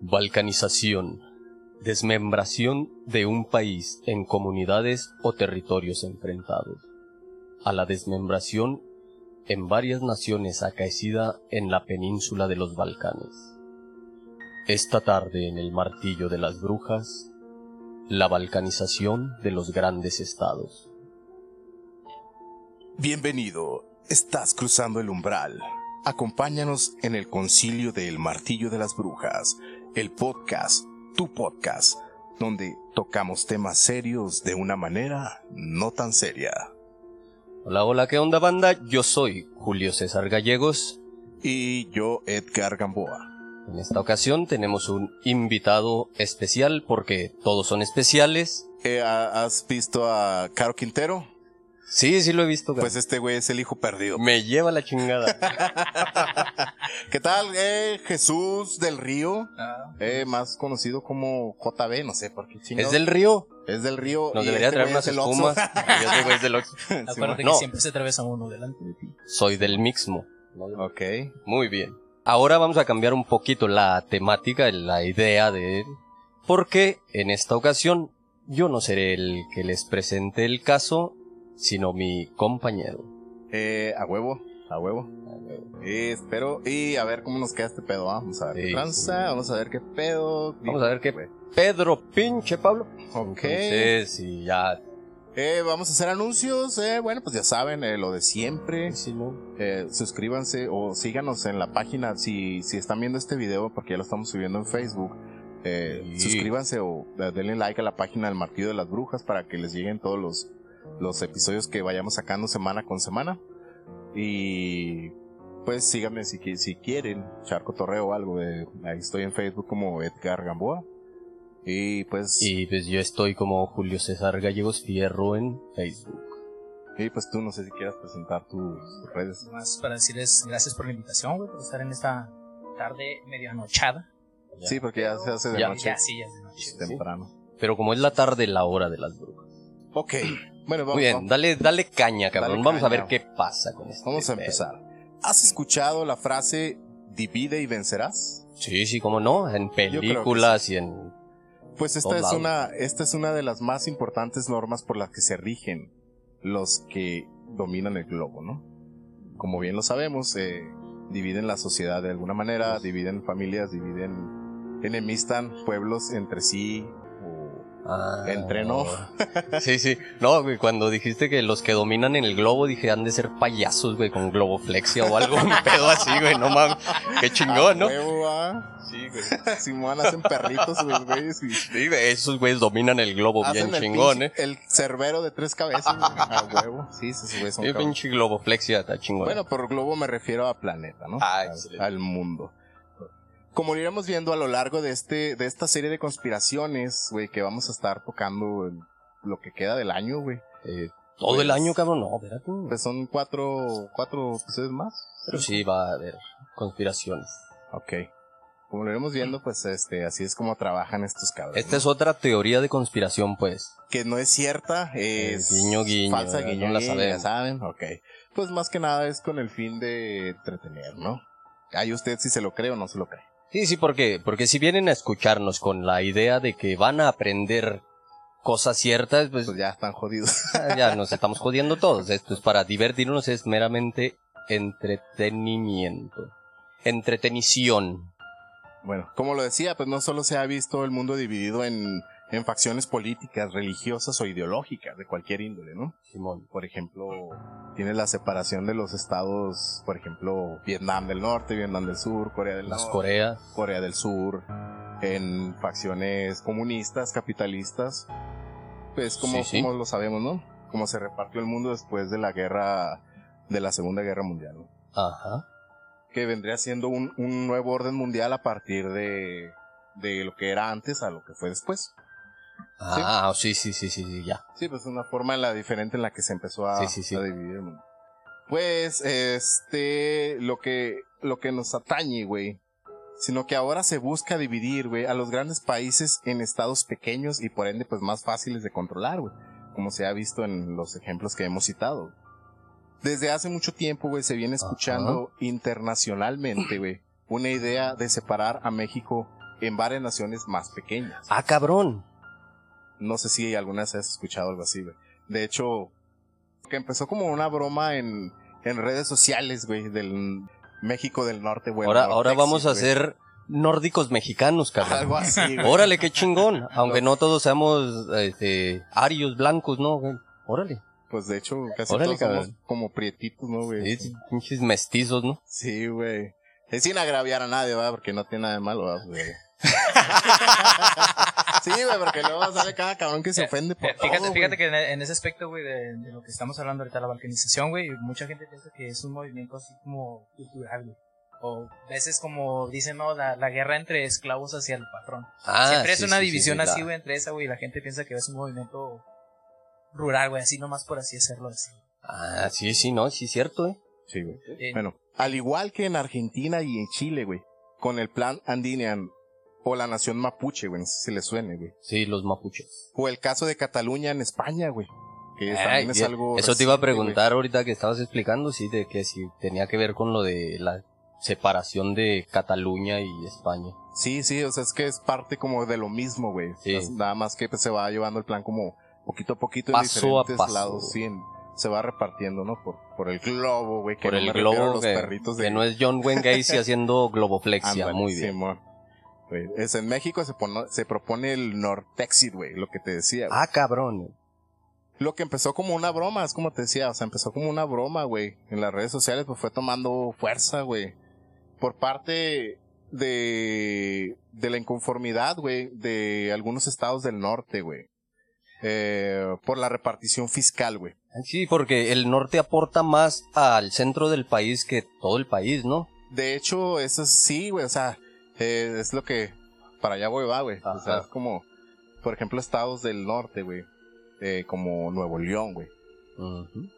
Balcanización. Desmembración de un país en comunidades o territorios enfrentados. A la desmembración en varias naciones acaecida en la península de los Balcanes. Esta tarde en el martillo de las brujas, la balcanización de los grandes estados. Bienvenido, estás cruzando el umbral. Acompáñanos en el concilio del martillo de las brujas, el podcast, tu podcast, donde tocamos temas serios de una manera no tan seria. Hola, hola, ¿qué onda, banda? Yo soy Julio César Gallegos. Y yo, Edgar Gamboa. En esta ocasión tenemos un invitado especial, porque todos son especiales. ¿Has visto a Caro Quintero? Sí, sí lo he visto. Pues este güey es el hijo perdido. Me lleva la chingada. ¿Qué tal, Jesús del Río? Más conocido como JB, no sé por qué chingados. ¿Es del Río? Es del Río. Nos debería traer unas espumas. Yo soy güey del Oxxo. Acuérdate que siempre se atraviesa uno delante de ti. Soy del Mixmo. Ok. Muy bien. Ahora vamos a cambiar un poquito la temática, la idea de él, porque en esta ocasión yo no seré el que les presente el caso, sino mi compañero. A huevo. Espero, y a ver cómo nos queda este pedo, vamos a ver qué tranza, vamos a ver qué pedo. Vamos a ver qué Pedro, pinche Pablo. Ok. Entonces, sí, ya. Vamos a hacer anuncios, bueno, pues ya saben, lo de siempre. Sí, ¿no? Suscríbanse o síganos en la página, si están viendo este video, porque ya lo estamos subiendo en Facebook. Suscríbanse o denle like a la página del Martillo de las Brujas para que les lleguen todos los episodios que vayamos sacando semana con semana. Y pues síganme si quieren echar cotorreo o algo. Ahí estoy en Facebook como Edgar Gamboa. Y pues yo estoy como Julio César Gallegos Fierro en Facebook. Y pues tú no sé si quieras presentar tus redes. Más para decirles gracias por la invitación, güey, por estar en esta tarde medio anochada. Sí, porque ya se hace de noche. Ya es de noche. Temprano. Pero como es la tarde, la hora de las brujas. Ok. Bueno, vamos. Muy bien, dale caña, cabrón. Vamos a ver qué pasa con esto. Vamos a empezar. ¿Has escuchado la frase divide y vencerás? Sí, cómo no, en películas y en... Pues esta es una de las más importantes normas por las que se rigen los que dominan el globo, ¿no? Como bien lo sabemos, dividen la sociedad de alguna manera, dividen familias, enemistan pueblos entre sí. Entre no. Sí. No, güey, cuando dijiste que los que dominan en el globo, dije, han de ser payasos, güey, con globoflexia o algo, un pedo así, güey, no mames. Qué chingón, ¿no? Sí, güey. Simón hacen perritos, güey. Sí, güey, esos güeyes dominan el globo bien chingón, El cerbero de 3 cabezas, güey. A huevo. Sí, esos güeyes son cabezas. Pinche globoflexia, está chingón. Bueno, por globo me refiero a planeta, ¿no? Al mundo. Como lo iremos viendo a lo largo de esta serie de conspiraciones, güey, que vamos a estar tocando en lo que queda del año, güey. ¿Todo el año, cabrón? No, espérate. Pues son cuatro episodios más. Pero sí va a haber conspiraciones. Ok. Como lo iremos viendo, pues así es como trabajan estos cabros. Esta es otra teoría de conspiración, pues. Que no es cierta, es guiño, falsa, guiño, no la ya saben. Ok. Pues más que nada es con el fin de entretener, ¿no? Ahí usted si se lo cree o no se lo cree. Sí, porque si vienen a escucharnos con la idea de que van a aprender cosas ciertas, pues ya están jodidos. Ya nos estamos jodiendo todos. Esto es para divertirnos, es meramente entretenimiento. Entretenición. Bueno, como lo decía, pues no solo se ha visto el mundo dividido en facciones políticas, religiosas o ideológicas de cualquier índole, ¿no? Simón. Por ejemplo, tienes la separación de los estados, por ejemplo, Vietnam del Norte, Vietnam del Sur, Corea del Norte, Corea del Sur, en facciones comunistas, capitalistas, pues como lo sabemos, ¿no? Como se repartió el mundo después de la Segunda Guerra Mundial, ¿no? Ajá. Que vendría siendo un nuevo orden mundial a partir de lo que era antes a lo que fue después. Sí, ya. Sí, pues una forma diferente en la que se empezó a dividir el mundo. Pues, lo que nos atañe, güey, sino que ahora se busca dividir, güey, a los grandes países en estados pequeños y por ende, pues, más fáciles de controlar, güey, como se ha visto en los ejemplos que hemos citado. Desde hace mucho tiempo, güey, se viene escuchando internacionalmente, güey, una idea de separar a México en varias naciones más pequeñas. ¡Ah, cabrón! No sé si alguna vez has escuchado algo así, güey. De hecho, que empezó como una broma en redes sociales, güey, del México del Norte, güey. Ahora vamos a ser nórdicos mexicanos, cabrón. Algo así, güey. Órale, qué chingón. Aunque no todos seamos arios, blancos, ¿no, güey? Órale. Pues de hecho, casi Órale, todos somos cabrón. como prietitos, ¿no, güey? Sí, pinches mestizos, ¿no? Sí, güey. Es sin agraviar a nadie, ¿verdad? Porque no tiene nada de malo, ¿verdad, güey? Sí, güey, porque luego sale cada cabrón que se ofende por todo, Fíjate que en ese aspecto, güey, de lo que estamos hablando ahorita, la balcanización, güey, mucha gente piensa que es un movimiento así como cultural, güey. O veces como dicen, no, la guerra entre esclavos hacia el patrón. Siempre es una división así, güey, entre esa, güey, y la gente piensa que es un movimiento rural, güey, así nomás por así hacerlo así. Ah, sí, no, sí es cierto, Sí, güey. Bueno, al igual que en Argentina y en Chile, güey, con el plan Andinian o la nación mapuche, güey, no sé si le suene, güey. Sí, los mapuches. O el caso de Cataluña en España, güey. Que también es algo eso te iba a reciente, preguntar ahorita que estabas explicando, sí, de que si tenía que ver con lo de la separación de Cataluña y España. Sí, o sea, es que es parte como de lo mismo, güey. Sí. O sea, nada más que pues, se va llevando el plan como poquito a poquito Paso en a diferentes paso. lados, sí, se va repartiendo, ¿no? Por el globo, güey, que Por no el me refiero a globo los perritos de... que no es John Wayne Gacy haciendo globoflexia. Ándale, Muy bien. Simón. Güey, en México se propone el Nortexit, güey, lo que te decía, güey. Ah, cabrón. Lo que empezó como una broma, es como te decía, o sea, empezó como una broma, güey. En las redes sociales, pues fue tomando fuerza, güey. Por parte de la inconformidad, güey, de algunos estados del norte, güey. Por la repartición fiscal, güey. Sí, porque el norte aporta más al centro del país que todo el país, ¿no? De hecho, eso sí, güey, o sea, es lo que para allá, güey, va, güey. O sea, Ajá. es como, por ejemplo, estados del norte, güey. Como Nuevo León, güey. Ujú.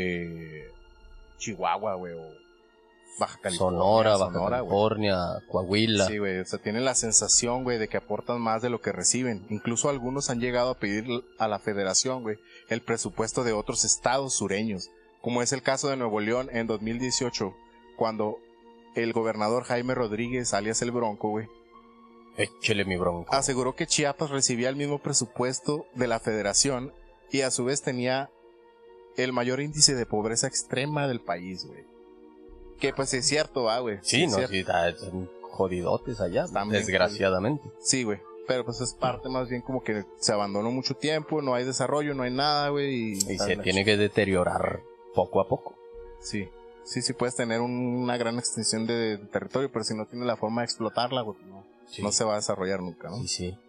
Chihuahua, güey, o Baja California. Sonora, Baja güey. California, Coahuila. Sí, güey, o sea, tienen la sensación, güey, de que aportan más de lo que reciben. Incluso algunos han llegado a pedir a la federación, güey, el presupuesto de otros estados sureños, como es el caso de Nuevo León en 2018, cuando el gobernador Jaime Rodríguez, alias el Bronco, güey, Échele mi bronco. aseguró que Chiapas recibía el mismo presupuesto de la federación y a su vez tenía el mayor índice de pobreza extrema del país, güey. Que pues es cierto, güey. Sí, es no, cierto. sí, están jodidotes allá, También, desgraciadamente. Sí, güey. Pero pues es parte más bien como que se abandonó mucho tiempo, no hay desarrollo, no hay nada, güey. Y se tiene que deteriorar poco a poco. Sí, puedes tener una gran extensión de territorio, pero si no tienes la forma de explotarla, güey, Sí. no se va a desarrollar nunca, ¿no? Sí.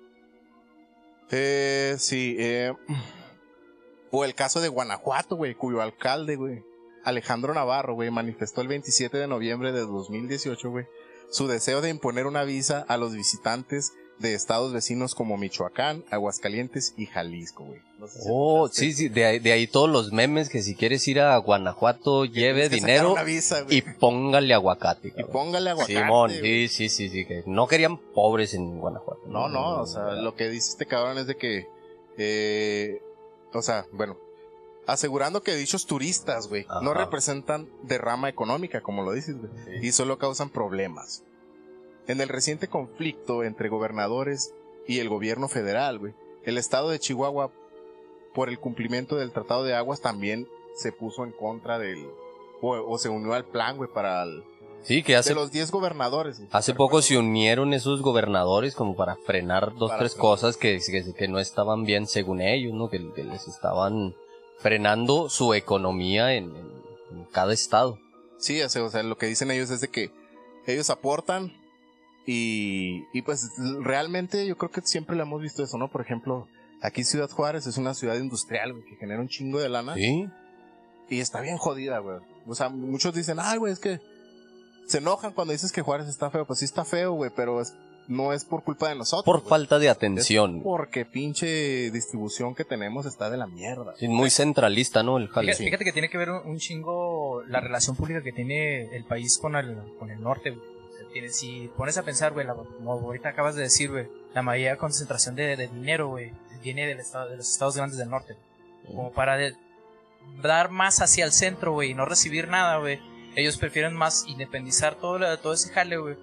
O el caso de Guanajuato, güey, cuyo alcalde, güey, Alejandro Navarro, güey, manifestó el 27 de noviembre de 2018, güey, su deseo de imponer una visa a los visitantes de estados vecinos como Michoacán, Aguascalientes y Jalisco, güey. No sé si escuchaste. Sí, de ahí todos los memes que si quieres ir a Guanajuato, lleve Tienes que dinero sacar una visa, güey. y póngale aguacate. Y cabrón. póngale aguacate. Simón, güey. sí, que no querían pobres en Guanajuato. No, o sea, lo que dice este cabrón es de que, o sea, bueno, asegurando que dichos turistas, güey, no Ajá. representan derrama económica, como lo dices, güey, Sí. y solo causan problemas. En el reciente conflicto entre gobernadores y el gobierno federal, güey, el estado de Chihuahua, por el cumplimiento del Tratado de Aguas, también se puso en contra o se unió al plan, güey, Sí, que de los 10 gobernadores. güey. hace poco se unieron esos gobernadores como para frenar tres cosas que no estaban bien según ellos, ¿no? Que les estaban frenando su economía en cada estado. Sí, o sea, lo que dicen ellos es de que ellos aportan y pues realmente yo creo que siempre le hemos visto eso, ¿no? Por ejemplo, aquí Ciudad Juárez es una ciudad industrial, güey, que genera un chingo de lana. Sí. Y está bien jodida, güey. O sea, muchos dicen, ay, güey, es que se enojan cuando dices que Juárez está feo. Pues sí está feo, güey, pero no es por culpa de nosotros. Por güey. falta de Es atención. porque pinche distribución que tenemos está de la mierda. Sí, muy centralista, ¿no? El jale. Fíjate que tiene que ver un chingo la relación pública que tiene el país con el norte, güey. O sea, si pones a pensar, güey, como ahorita acabas de decir, güey, la mayor concentración de dinero, güey, viene de los estados grandes del norte. Como para dar más hacia el centro, güey, y no recibir nada, güey. Ellos prefieren más independizar todo ese jale, güey.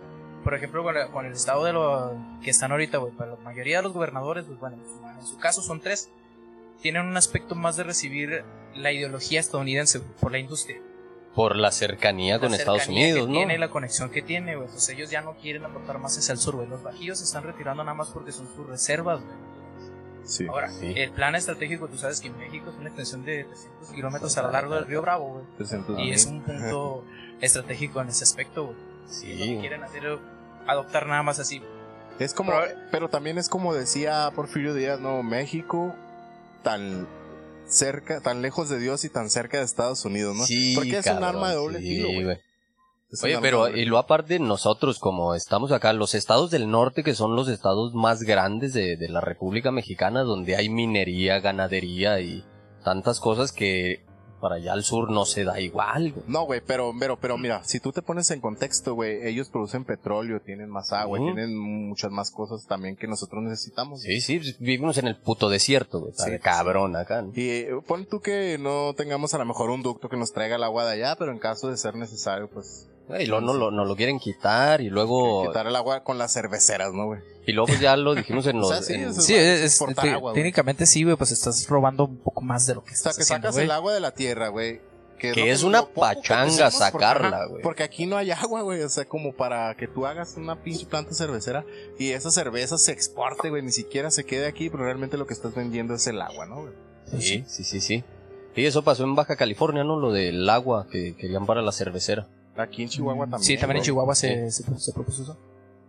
por ejemplo, con el estado de lo que están ahorita, güey, para la mayoría de los gobernadores, pues bueno, en su caso son 3, tienen un aspecto más de recibir la ideología estadounidense, güey, por la industria. Por la cercanía con Estados Unidos, que ¿no? Tiene la conexión que tiene, güey. Entonces ellos ya no quieren aportar más hacia el sur, güey. Los bajíos se están retirando nada más porque son sus reservas, güey. Sí. Ahora, Sí. el plan estratégico, tú sabes que México es una extensión de 300 kilómetros a lo largo del río Bravo, güey. 300 Y es un punto estratégico en ese aspecto, güey. Sí. No quieren adoptar nada más así. Es como, pero también es como decía Porfirio Díaz, no, México tan cerca, tan lejos de Dios y tan cerca de Estados Unidos, ¿no? Sí, porque es un arma de doble filo, güey. Oye, pero y lo aparte nosotros, como estamos acá, los estados del norte, que son los estados más grandes de la República Mexicana, donde hay minería, ganadería y tantas cosas que para allá al sur no se da igual, güey. No, güey, pero mira, si tú te pones en contexto, güey, ellos producen petróleo, tienen más agua, tienen muchas más cosas también que nosotros necesitamos. Sí, sí, vivimos en el puto desierto, güey, Sí, cabrón acá, ¿no? Y pon tú que no tengamos a lo mejor un ducto que nos traiga el agua de allá, pero en caso de ser necesario, pues... Y luego no lo quieren quitar y luego... Quitar el agua con las cerveceras, ¿no, güey? Y luego pues ya lo dijimos en los... O sea, sí, eso Sí, exportar agua, güey. técnicamente sí, güey, pues estás robando un poco más de lo que O sea, estás que haciendo, sacas güey. el agua de la tierra, güey. Que es una pachanga sacarla, güey. Porque aquí no hay agua, güey. O sea, como para que tú hagas una pinche planta cervecera y esa cerveza se exporte, güey. Ni siquiera se quede aquí, pero realmente lo que estás vendiendo es el agua, ¿no, güey? Sí. Y eso pasó en Baja California, ¿no? Lo del agua que querían para la cervecera. Aquí en Chihuahua también. Sí, también en güey. Chihuahua se propuso eso.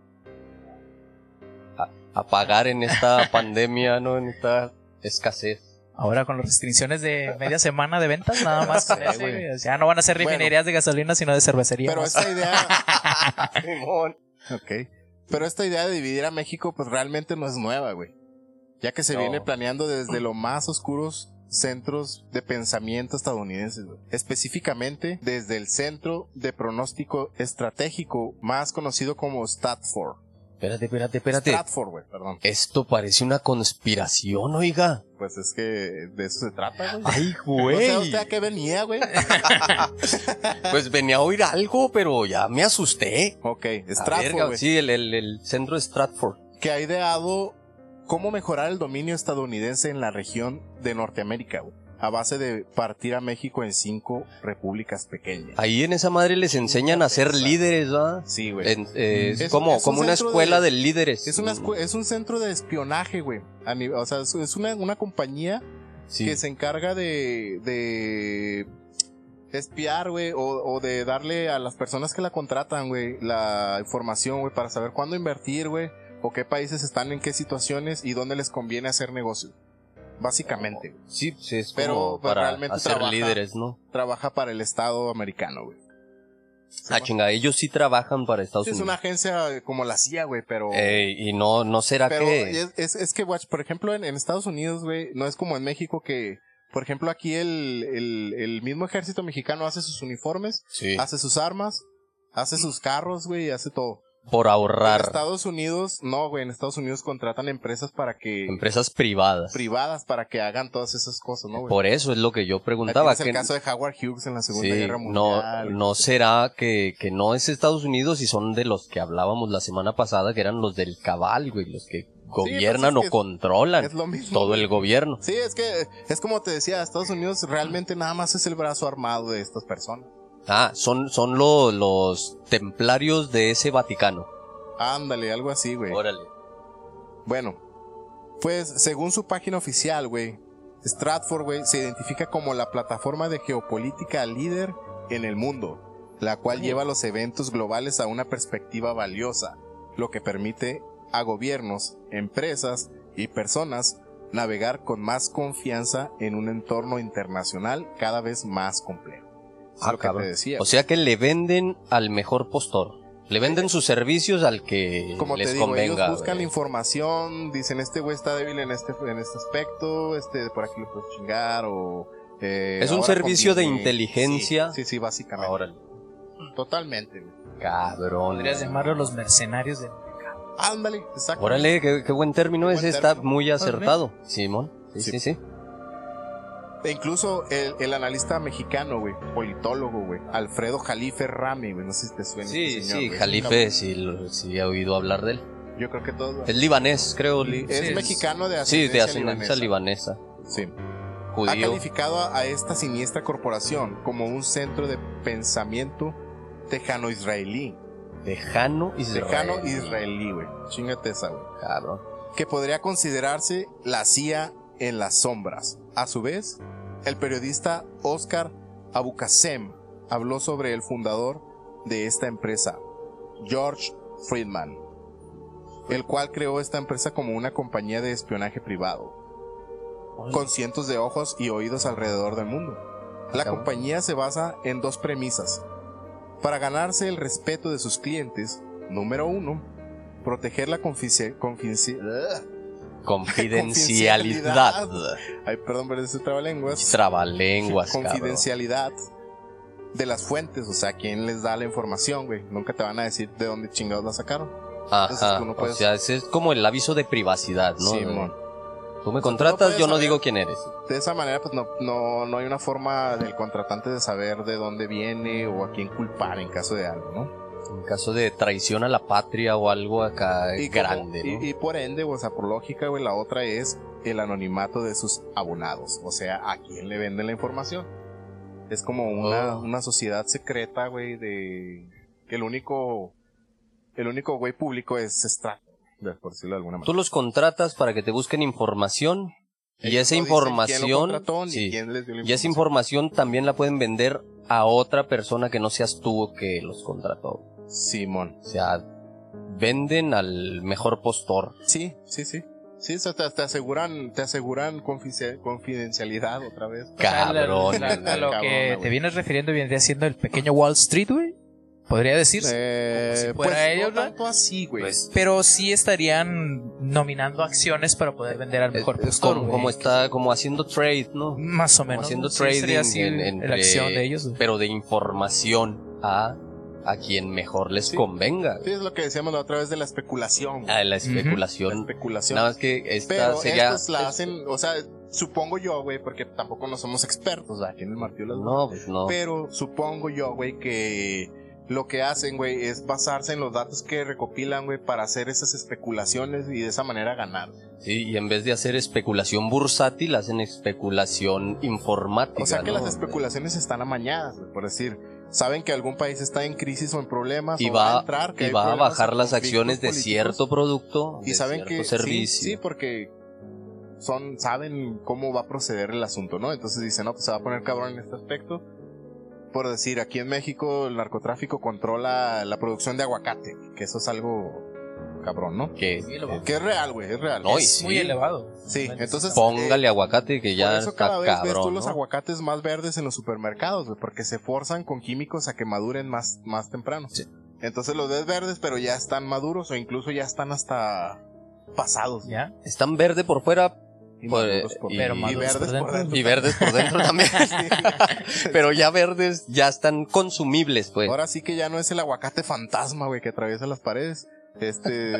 A pagar en esta pandemia, ¿no? En esta escasez. Ahora con las restricciones de media semana de ventas, nada más con eso, güey. güey. O sea, no van a ser refinerías de gasolina, sino de cervecería. Pero más. esta idea... Simón. Ok. Pero esta idea de dividir a México, pues realmente no es nueva, güey. Ya que se No. viene planeando desde los más oscuros centros de pensamiento estadounidenses, güey. Específicamente desde el Centro de Pronóstico Estratégico, más conocido como Stratford. Espérate. Stratford, güey, perdón. Esto parece una conspiración, oiga. Pues es que de eso se trata, güey. Ay, O güey. sea, ¿usted a qué venía, güey? Pues venía a oír algo, pero ya me asusté. Ok, A Stratford, verga, güey. sí, el centro de Stratford. Que ha ideado cómo mejorar el dominio estadounidense en la región de Norteamérica, güey. A base de partir a México en 5 repúblicas pequeñas. Ahí en esa madre les enseñan a ser líderes, ¿verdad? Sí, güey. Es Es como un una centro escuela de- de líderes. Es un centro de espionaje, güey. O sea, es una compañía Sí. que se encarga de espiar, güey, o de darle a las personas que la contratan, güey, la información, güey, para saber cuándo invertir, güey, o qué países están en qué situaciones y dónde les conviene hacer negocio. Básicamente, güey. Sí, es Pero, como pues, para realmente hacer trabaja- líderes, ¿no? Trabaja para el Estado americano, güey. Ah, chinga, ellos sí trabajan para Estados Sí, es Unidos. una agencia como la CIA, güey, pero... Y no será Pero que... es que, watch, por ejemplo, en Estados Unidos, güey, no es como en México que, por ejemplo, aquí el mismo ejército mexicano hace sus uniformes, Sí. hace sus armas, hace sus carros, güey, y hace todo. Por En ahorrar. Estados Unidos, no, güey, en Estados Unidos contratan empresas Empresas privadas. privadas para que hagan todas esas cosas, ¿no, güey? Por eso es lo que yo Ahí preguntaba. tienes el caso de Howard Hughes en la Segunda Sí, Guerra no, Mundial. no será que no es Estados Unidos y son de los que hablábamos la semana pasada, que eran los del cabal, güey, los que gobiernan pues es o que controlan es lo mismo, todo güey. el gobierno. Sí, es que, es como te decía, Estados Unidos realmente nada más es el brazo armado de estas personas. Ah, son los templarios de ese Vaticano. Ándale, algo así, güey. Órale. Bueno, pues según su página oficial, güey, Stratford, güey, se identifica como la plataforma de geopolítica líder en el mundo, la cual lleva los eventos globales a una perspectiva valiosa, lo que permite a gobiernos, empresas y personas navegar con más confianza en un entorno internacional cada vez más complejo. Es lo que Cabrón. te decía. O sea que le venden al mejor postor. Le venden sus servicios al que Como les te digo, convenga. ellos buscan güey. información, dicen este güey está débil en este aspecto, por aquí lo puedes chingar o Es un ahora servicio de conviene. inteligencia. Sí, básicamente. Órale. Totalmente, güey. Cabrón. Podrías llamarlo los mercenarios del mercado. Ándale, exacto. Órale, qué buen término Qué ese, buen está término. muy acertado. Simón, Sí. sí. E incluso el analista mexicano, güey, politólogo, güey, Alfredo Jalife Rami, güey, no sé si te suena. Sí, este señor, sí, güey. Jalife, sí he oído hablar de él. Yo creo que todos. Es libanés, creo. Es mexicano de Sí, de ascendencia ascendencia libanesa. Sí. Ha Judío. calificado a esta siniestra corporación como un centro de pensamiento tejano-israelí. Tejano-israelí, güey. Chíngate esa, güey. Cabrón. Que podría considerarse la CIA en las sombras. A su vez, el periodista Oscar Abukassem habló sobre el fundador de esta empresa, George Friedman, el cual creó esta empresa como una compañía de espionaje privado, con cientos de ojos y oídos alrededor del mundo. La compañía se basa en dos premisas. Para ganarse el respeto de sus clientes, número 1, proteger la Confidencialidad. Ay, perdón por ese trabalenguas. Trabalenguas, Confidencialidad de las fuentes, o sea, quién les da la información, güey. Nunca te van a decir de dónde chingados la sacaron. Ajá, no puedes... o sea, ese es como el aviso de privacidad, ¿no? Sí, mon. Tú me contratas, no yo no saber. digo quién eres. De esa manera, pues no hay una forma del contratante de saber de dónde viene o a quién culpar en caso de algo, ¿no? En caso de traición a la patria o algo acá grande, ¿no? Y por ende, o sea, por lógica, güey, la otra es el anonimato de sus abonados. O sea, a quién le venden la información. Es como una sociedad secreta, güey, de que el único güey público es Strato, por decirlo de alguna manera. Tú los contratas para que te busquen información y esa información, y esa información también la pueden vender a otra persona que no seas tú que los contrató. Simón. O sea, venden al mejor postor. Sí. Sí, o sea, te aseguran confidencialidad otra vez. Cabrón. A lo que te vienes refiriendo viene siendo el pequeño Wall Street, güey. Podría decirse. Como si fuera ellos, no tanto así, güey. Pues, pero sí estarían nominando acciones para poder vender al mejor postor. Como haciendo trade, ¿no? Más o menos. Haciendo sí, trading sería así entre, la acción de ellos, güey. pero de información a quien mejor les convenga. Sí, es lo que decíamos la otra vez de la especulación. La especulación. La especulación. Nada más que esta pero sería... estos la hacen, o sea, supongo yo, güey, porque tampoco no somos expertos aquí en el martillo de las brujas. No, pues no. Pero supongo yo, güey, que lo que hacen, güey, es basarse en los datos que recopilan, güey, para hacer esas especulaciones y de esa manera ganar. Sí, y en vez de hacer especulación bursátil, hacen especulación informática. O sea que ¿no? las especulaciones están amañadas, güey, por decir, saben que algún país está en crisis o en problemas y o va a entrar, que y hay va a problemas bajar o las conflictos acciones de políticos, cierto producto, y de saben cierto que servicio. sí, porque saben cómo va a proceder el asunto, ¿no? Entonces dicen, no, pues se va a poner cabrón en este aspecto. Por decir, aquí en México el narcotráfico controla la producción de aguacate, que eso es algo cabrón, ¿no? Que es real, güey, es real. No, y Es muy elevado. Sí, entonces póngale aguacate que ya por eso está cada vez ves tú cabrón, los ¿no? aguacates más verdes en los supermercados, güey, porque se forzan con químicos a que maduren más temprano. Sí. Entonces los ves verdes, pero ya están maduros o incluso ya están hasta pasados. ¿Ya? Están verde por fuera Y Pues, maduros por y- dentro. pero Y maduros verdes por por dentro. dentro. y verdes por dentro también. Pero ya verdes ya están consumibles, pues. Ahora sí que ya no es el aguacate fantasma, güey, que atraviesa las paredes. Este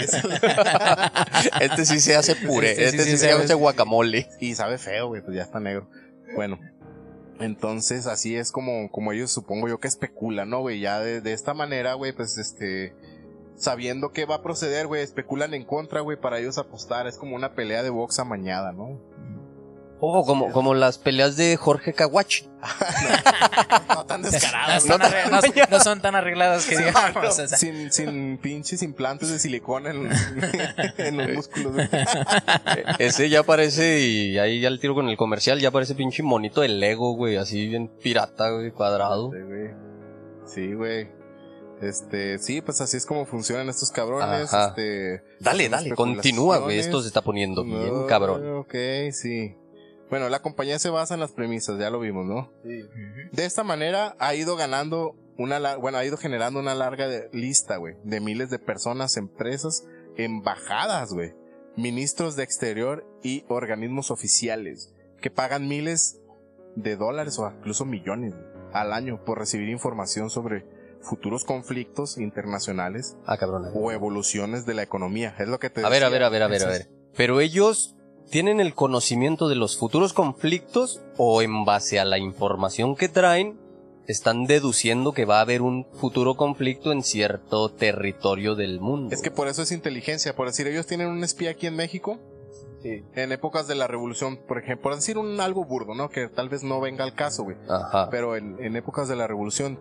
sí se hace puré, Este sí sí se se hace- hace guacamole. y sabe feo, güey, pues ya está negro. Bueno, entonces así es como ellos supongo yo que especulan, ¿no, güey? Ya de esta manera, güey, pues sabiendo qué va a proceder, güey, especulan en contra, güey, para ellos apostar. Es como una pelea de box amañada, ¿no? Ojo, como las peleas de Jorge Caguachi. No tan descaradas, No, no son tan arregladas que digamos. O sea, sin pinches implantes de silicona en los músculos, güey. Ese ya parece, y ahí ya el tiro con el comercial, ya parece pinche monito de Lego, güey, así bien pirata, güey, cuadrado. Sí, güey. Sí, pues así es como funcionan estos cabrones. Ajá. Dale, son continúa, güey, especulaciones. esto se está poniendo bien, cabrón. Ok, sí. Bueno, la compañía se basa en las premisas, ya lo vimos, ¿no? Sí. De esta manera ha ido ganando ha ido generando una larga lista, güey, de miles de personas, empresas, embajadas, güey, ministros de exterior y organismos oficiales que pagan miles de dólares o incluso millones, güey, al año por recibir información sobre futuros conflictos internacionales Ah, cabrón. o evoluciones de la economía. Es lo que te A ver. Pero ellos ¿tienen el conocimiento de los futuros conflictos o en base a la información que traen están deduciendo que va a haber un futuro conflicto en cierto territorio del mundo? Es que por eso es inteligencia. Por decir, ellos tienen un espía aquí en México. Sí. En épocas de la revolución, por ejemplo, por decir algo burdo, ¿no? Que tal vez no venga al caso, güey. Ajá. Pero en épocas de la revolución,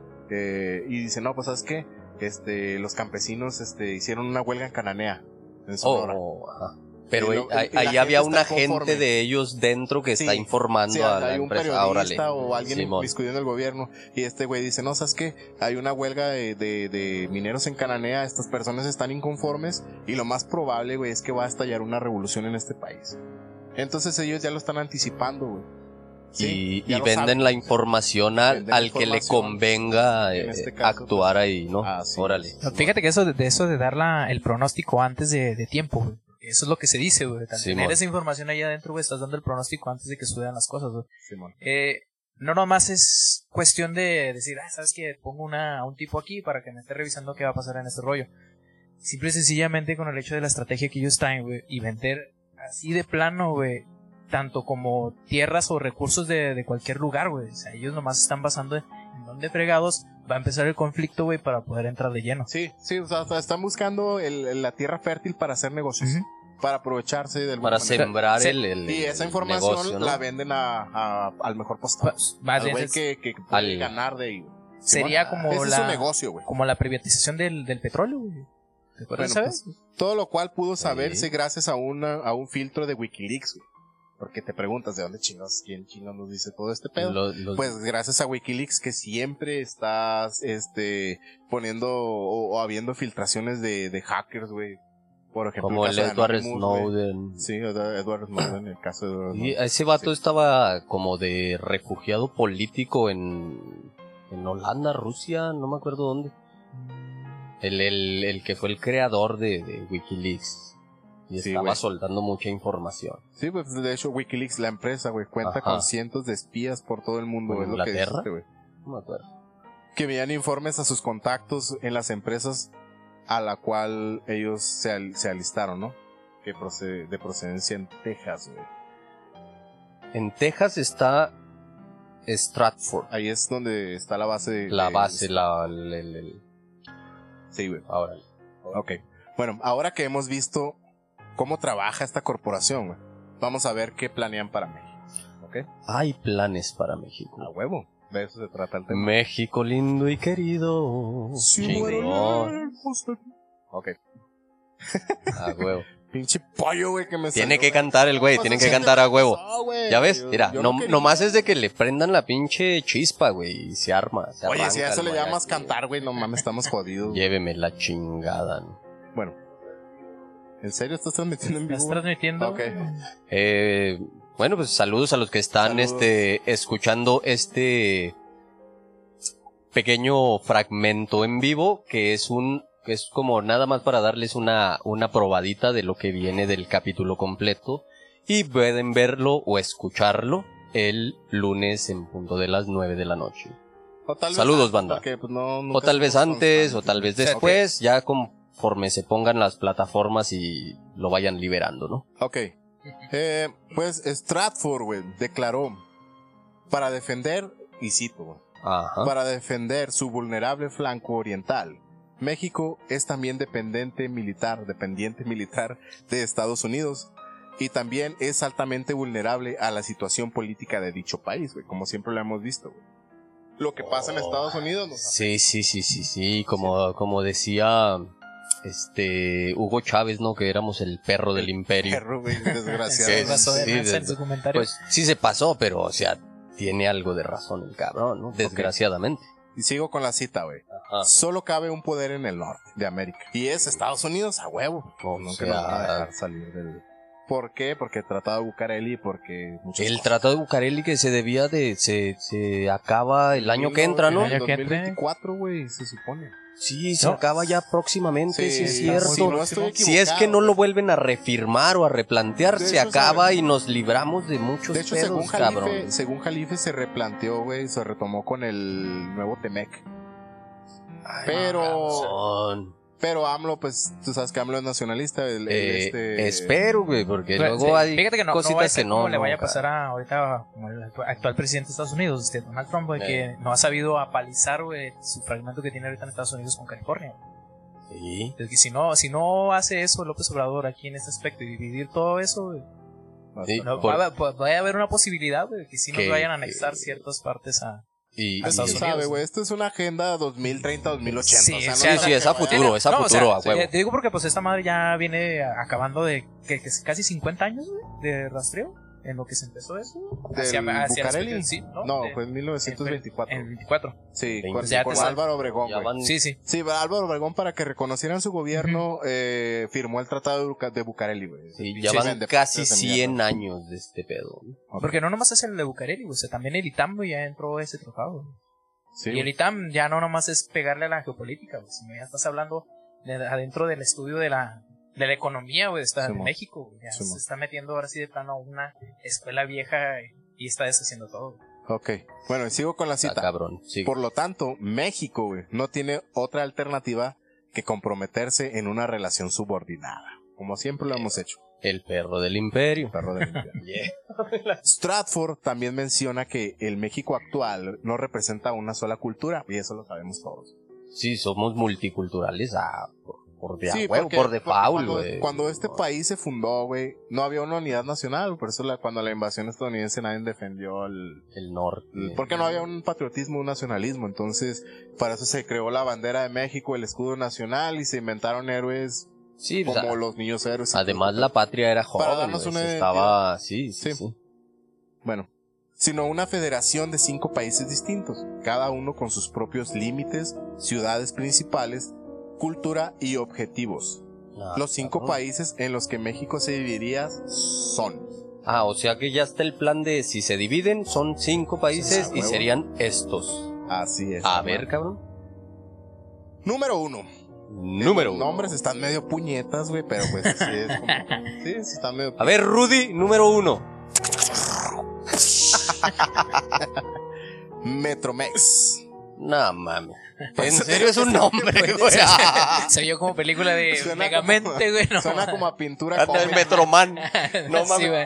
y dicen, no, pues, ¿sabes qué? Los campesinos, hicieron una huelga en Cananea, en Sonora. Ajá. Pero Y ahí la había gente un está agente conforme. de ellos dentro que está informando sí, a la hay un empresa. periodista o alguien Simón. inmiscuido en el gobierno, y este güey dice, no, ¿sabes qué? Hay una huelga de mineros en Cananea, estas personas están inconformes, y lo más probable, güey, es que va a estallar una revolución en este país. Entonces ellos ya lo están anticipando, güey. Sí, y venden la información al que le convenga en este caso, actuar pues, ahí, ¿no? Órale. No, fíjate que eso de dar el pronóstico antes de tiempo, güey. Eso es lo que se dice, güey. Tener esa información ahí adentro, güey, estás dando el pronóstico antes de que sucedan las cosas, güey. Simón. No nomás es cuestión de decir, ¿sabes qué? Pongo a un tipo aquí para que me esté revisando qué va a pasar en este rollo. Simple y sencillamente con el hecho de la estrategia que ellos traen, güey, y vender así de plano, güey, tanto como tierras o recursos de cualquier lugar, güey. O sea, ellos nomás están basando en dónde fregados va a empezar el conflicto, güey, para poder entrar de lleno. Sí, o sea, están buscando la tierra fértil para hacer negocios. Para aprovecharse del para sembrar y esa información negocio, ¿no? la venden al mejor postor. Más al bien güey que puede ganar de ello. Sería como ese es su negocio, güey. Como la privatización del petróleo, güey. ¿Te acuerdas, Bueno, sabes? pues, todo lo cual pudo saberse gracias a un filtro de Wikileaks, güey. Porque te preguntas de dónde chingados, quién chingados nos dice todo este pedo. Pues gracias a Wikileaks, que siempre estás poniendo o habiendo filtraciones de hackers, güey. Por ejemplo, como el Edward Anonymous, Snowden. Wey. Sí, Edward Snowden, el caso de Edward Snowden. Y ese vato estaba como de refugiado político en Holanda, Rusia, no me acuerdo dónde. El que fue el creador de Wikileaks. Y estaba soltando mucha información. Sí, pues de hecho Wikileaks, la empresa, güey, cuenta con cientos de espías por todo el mundo. ¿En es Inglaterra? Lo que dice, No me acuerdo. Que envían informes a sus contactos en las empresas a la cual ellos se alistaron, ¿no? Que de procedencia en Texas, güey. En Texas está Stratford. Ahí es donde está la base. Sí, güey. Ahora. Ok. Bueno, ahora que hemos visto cómo trabaja esta corporación, güey, vamos a ver qué planean para México. ¿Ok? Hay planes para México. A huevo. De eso se trata el tema. México lindo y querido. Chingón. Ok. A huevo. Pinche pollo, güey, que me Tiene salió, que cantar el güey, tiene que cantar a huevo. Ya ves, mira, yo nomás es de que le prendan la pinche chispa, güey, y se arma. Oye, si a eso le llamas aquí. cantar, güey, no mames, estamos jodidos. Lléveme la chingada, ¿no? Bueno. ¿En serio estás transmitiendo en vivo? ¿Estás transmitiendo? Ok. Bueno, pues saludos a los que están escuchando este pequeño fragmento en vivo, que es como nada más para darles una probadita de lo que viene del capítulo completo, y pueden verlo o escucharlo el lunes en punto de las 9 de la noche. Saludos, antes, banda. Porque, pues, O tal vez antes, o tal vez después, ya conforme se pongan las plataformas y lo vayan liberando, ¿no? Ok. Pues Stratford, güey, declaró para defender, y cito, güey, para defender su vulnerable flanco oriental, México es también dependiente militar de Estados Unidos, y también es altamente vulnerable a la situación política de dicho país, güey, como siempre lo hemos visto, güey. Lo que pasa en Estados Unidos nos afecta. Sí, como decía Hugo Chávez, ¿no? Que éramos el perro del imperio. Perro, güey, desgraciadamente. Pues sí se pasó, pero, o sea, tiene algo de razón el cabrón, ¿no? Desgraciadamente. Y sigo con la cita, güey. Solo cabe un poder en el norte de América. Y es Estados Unidos a huevo. Nunca nos van a dejar salir del... ¿Por qué? Porque el Tratado de Bucareli, porque... El Tratado de Bucareli que se debía se acaba el año que entra, ¿no? En el 2024, güey, se supone. Sí, se acaba ya próximamente, sí es cierto. Si es que no lo vuelven a refirmar o a replantear, se acaba y nos libramos de muchos de hecho, pedos, según Jalife se replanteó, güey, se retomó con el nuevo Temec. Ay, pero Pero AMLO, pues, tú sabes que AMLO es nacionalista. Espero, güey, porque Pero, luego hay fíjate que no cositas va a ser que no. como le vaya a cara. pasar ahorita como el actual presidente de Estados Unidos, Donald Trump, güey, que no ha sabido apalizar, güey, su fragmento que tiene ahorita en Estados Unidos con California. Sí. Es que si no hace eso López Obrador aquí en este aspecto y dividir todo eso, güey, Sí, va a haber una posibilidad, güey, que sí nos que- vayan a anexar ciertas partes a Y, Pues, Estados tú Unidos. sabes, güey, esto es una agenda 2030-2080. Sí, o sea, sí, no sí, creo es que a vaya- futuro, es a No, futuro, a huevo. te digo porque pues esta madre ya viene acabando de que casi 50 años, güey, de rastreo en lo que se empezó eso. ¿Del Bucareli? Sí, No, fue en 1924. En 24. Sí, 20. con, Ya con te sabes. Álvaro Obregón, ya güey. van, Sí, sí. Sí, Álvaro Obregón, para que reconocieran su gobierno, firmó el Tratado de Bucareli, güey. sí, ya Sí, van vende casi de 100 mierda. años de este pedo. Ok. Porque no nomás es el de Bucareli, güey, o sea, también el ITAM, güey, ya entró ese tratado, güey. Sí, Y el ITAM ya no nomás es pegarle a la geopolítica, güey, sino ya estás hablando adentro del estudio de la economía, güey, de Simón. México, güey. Ya Simón. se está metiendo ahora sí de plano a una escuela vieja y está deshaciendo todo. Ok, bueno, y sigo con la Está cita. cabrón. Sí. Por lo tanto, México, güey, no tiene otra alternativa que comprometerse en una relación subordinada. Como siempre lo hemos hecho. El perro del imperio. Perro del infierno. Stratford también menciona que el México actual no representa una sola cultura, y eso lo sabemos todos. Sí, somos multiculturales. Por de a Sí, huevo, porque por default, cuando, güey. cuando este país se fundó, güey, no había una unidad nacional, por eso cuando la invasión estadounidense nadie defendió El norte. porque no había un patriotismo, un nacionalismo, entonces para eso se creó la bandera de México, el escudo nacional, y se inventaron héroes Sí, o como sea, los niños héroes. además la patria era Para joven, darnos güey, una se estaba... Sí. Sí. Bueno, sino una federación de 5 países distintos, cada uno con sus propios límites, ciudades principales, cultura y objetivos. Ah, Los 5 cabrón. países en los que México se dividiría son... Ah, o sea que ya está el plan de si se dividen, son 5 países Sí, y huevo. serían estos. Así es. A hermano. ver, cabrón. Número 1. Número Los 1. nombres están medio puñetas, güey, pero pues sí es como... Sí, están medio... A ver, Rudy, número 1. Metromex. No mames. En serio es un nombre, güey. Se vio como película de Suena Megamente, güey. No, Suena como a pintura Anda el cómica. Metroman. No Sí, mames. güey.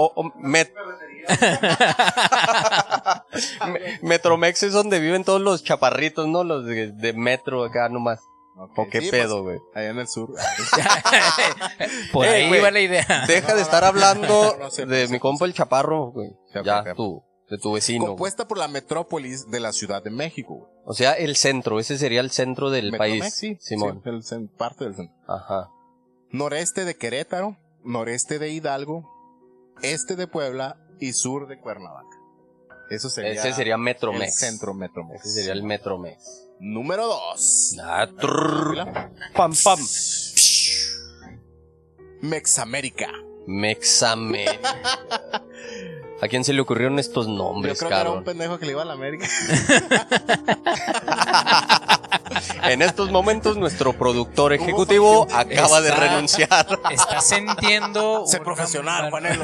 Metromex es donde viven todos los chaparritos, ¿no? Los de metro acá nomás. Ok, ¿O qué sí, pedo, pues, güey? allá en el sur. Por ahí güey. va la idea. Deja de estar hablando No sé, de no sé, mi compa el chaparro, güey. Ok, Ya, ok. tú. De tu vecino. güey. Compuesta por la metrópolis de la Ciudad de México, güey. O sea, el centro. Ese sería el centro del Metromex, país. sí, Simón. sí, parte del centro. Ajá. Noreste de Querétaro, noreste de Hidalgo, este de Puebla y sur de Cuernavaca. Eso sería, Ese sería el Metromex. centro Metromex. Ese sería el Metromex. Número 2. Ah, pam, pam. Mexamérica. Mexame. ¿A quién se le ocurrieron estos Yo nombres, creo que era un cabrón? pendejo que le iba a la América. En estos momentos, nuestro productor ejecutivo acaba de Está- renunciar. Estás sintiendo. Sé una- profesional, Juanelo.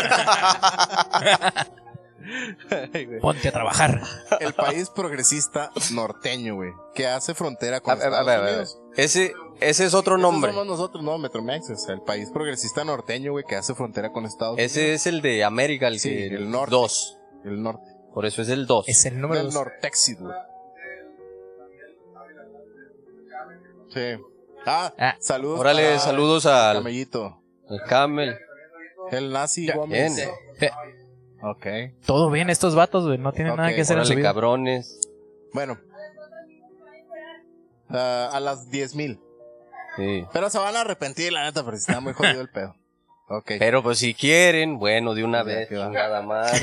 Ay, güey. Ponte a trabajar. El país progresista norteño, güey, que hace frontera con A ver, Estados Unidos. Ese es otro Esos nombre. somos nosotros, no, Metromex, o sea, el país progresista norteño, güey, que hace frontera con Estados Unidos. Ese es el de América, el Sí, que... el norte. 2. El norte. Por eso es el 2. Es el número Del 2. Nortexit, güey. Sí. Saludos. Órale, para saludos al Camellito. Camel. El nazi Bien. Gómez. Ok. Todo bien, estos vatos, güey. No tienen Ok, nada que hacer en su Órale, vida. cabrones. Bueno. A las 10,000. Sí. Pero se van a arrepentir, la neta, porque está muy jodido el pedo. Ok. Pero pues si quieren, bueno, de una Ya, vez, que va. chingada madre.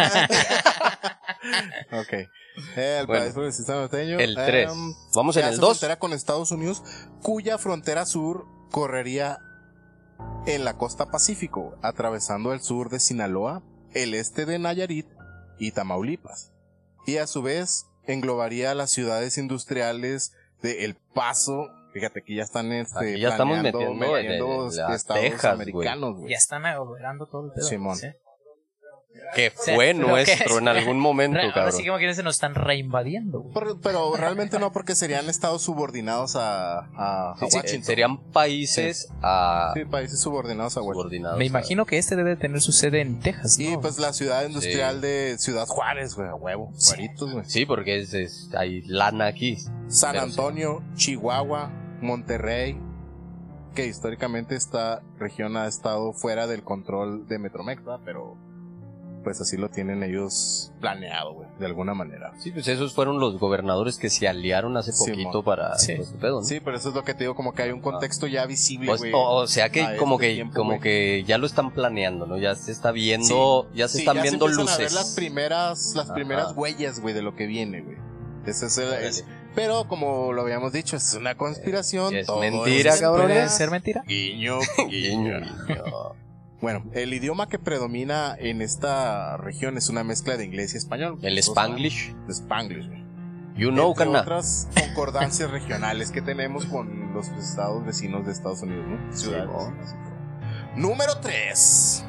Ok. El Bueno. país progresista norteño. El 3. Vamos que en el hace 2. frontera con Estados Unidos, cuya frontera sur correría en la costa Pacífico, atravesando el sur de Sinaloa, el este de Nayarit y Tamaulipas. Y a su vez englobaría las ciudades industriales de El Paso. Fíjate que ya están Aquí ya estamos metiendo metiendo las estados Texas, americanos, güey. Ya están aglomerando todo el pedo. Simón. ¿sí? que fue nuestro en algún momento, Ahora cabrón. sí que se nos están reinvadiendo, güey. Pero realmente no, porque serían estados subordinados a Sí, Washington. serían países Sí, países subordinados a Washington. subordinados. Me imagino que este debe tener su sede en Texas, ¿no? Y pues la ciudad industrial de Ciudad Juárez, güey, a huevo. Sí. Juaritos, güey. Sí, porque hay lana aquí. San Pero Antonio, Chihuahua, Monterrey, que históricamente esta región ha estado fuera del control de Metromex, ¿verdad? Pero pues así lo tienen ellos planeado, güey, de alguna manera. Sí, pues esos fueron los gobernadores que se aliaron hace poquito Simón. para Sí. todo este pedo, ¿no? Sí, pero eso es lo que te digo, como que hay un contexto ya visible, Pues, güey. o sea que a como este que tiempo, como güey. que ya lo están planeando, ¿no? Ya se está viendo, ya se están viendo empiezan a ver luces. las primeras Ajá. huellas, güey, de lo que viene, güey. Ese es el, Órale. pero como lo habíamos dicho, es una conspiración. Es todo mentira, es cabrones. ¿Puede ser mentira? Guiño, Guiño, guiño. guiño. Bueno, el idioma que predomina en esta región es una mezcla de inglés y español. El Spanglish. El Spanglish, güey. You know, Entre carnal. otras concordancias regionales que tenemos con los estados vecinos de Estados Unidos, ¿no? Ciudades ¿no? vecinas y todo. Número 3.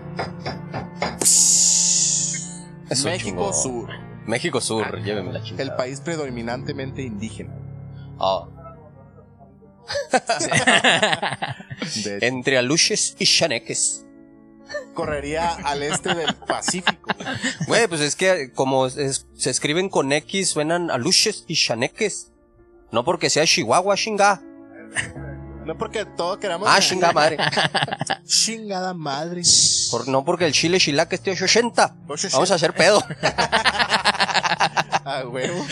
Eso México chingón. Sur. México Sur, lléveme la chingada. El país predominantemente indígena. Ah, De hecho, entre aluches y chaneques. correría al este del Pacífico. Güey, pues es que como se escriben con X, suenan aluches y chaneques. No porque sea Chihuahua, chinga. No porque todo queramos. Ah, chinga madre. Chingada madre. No porque el chile chilaca esté 80. 80. Vamos a hacer pedo. Ah, huevo.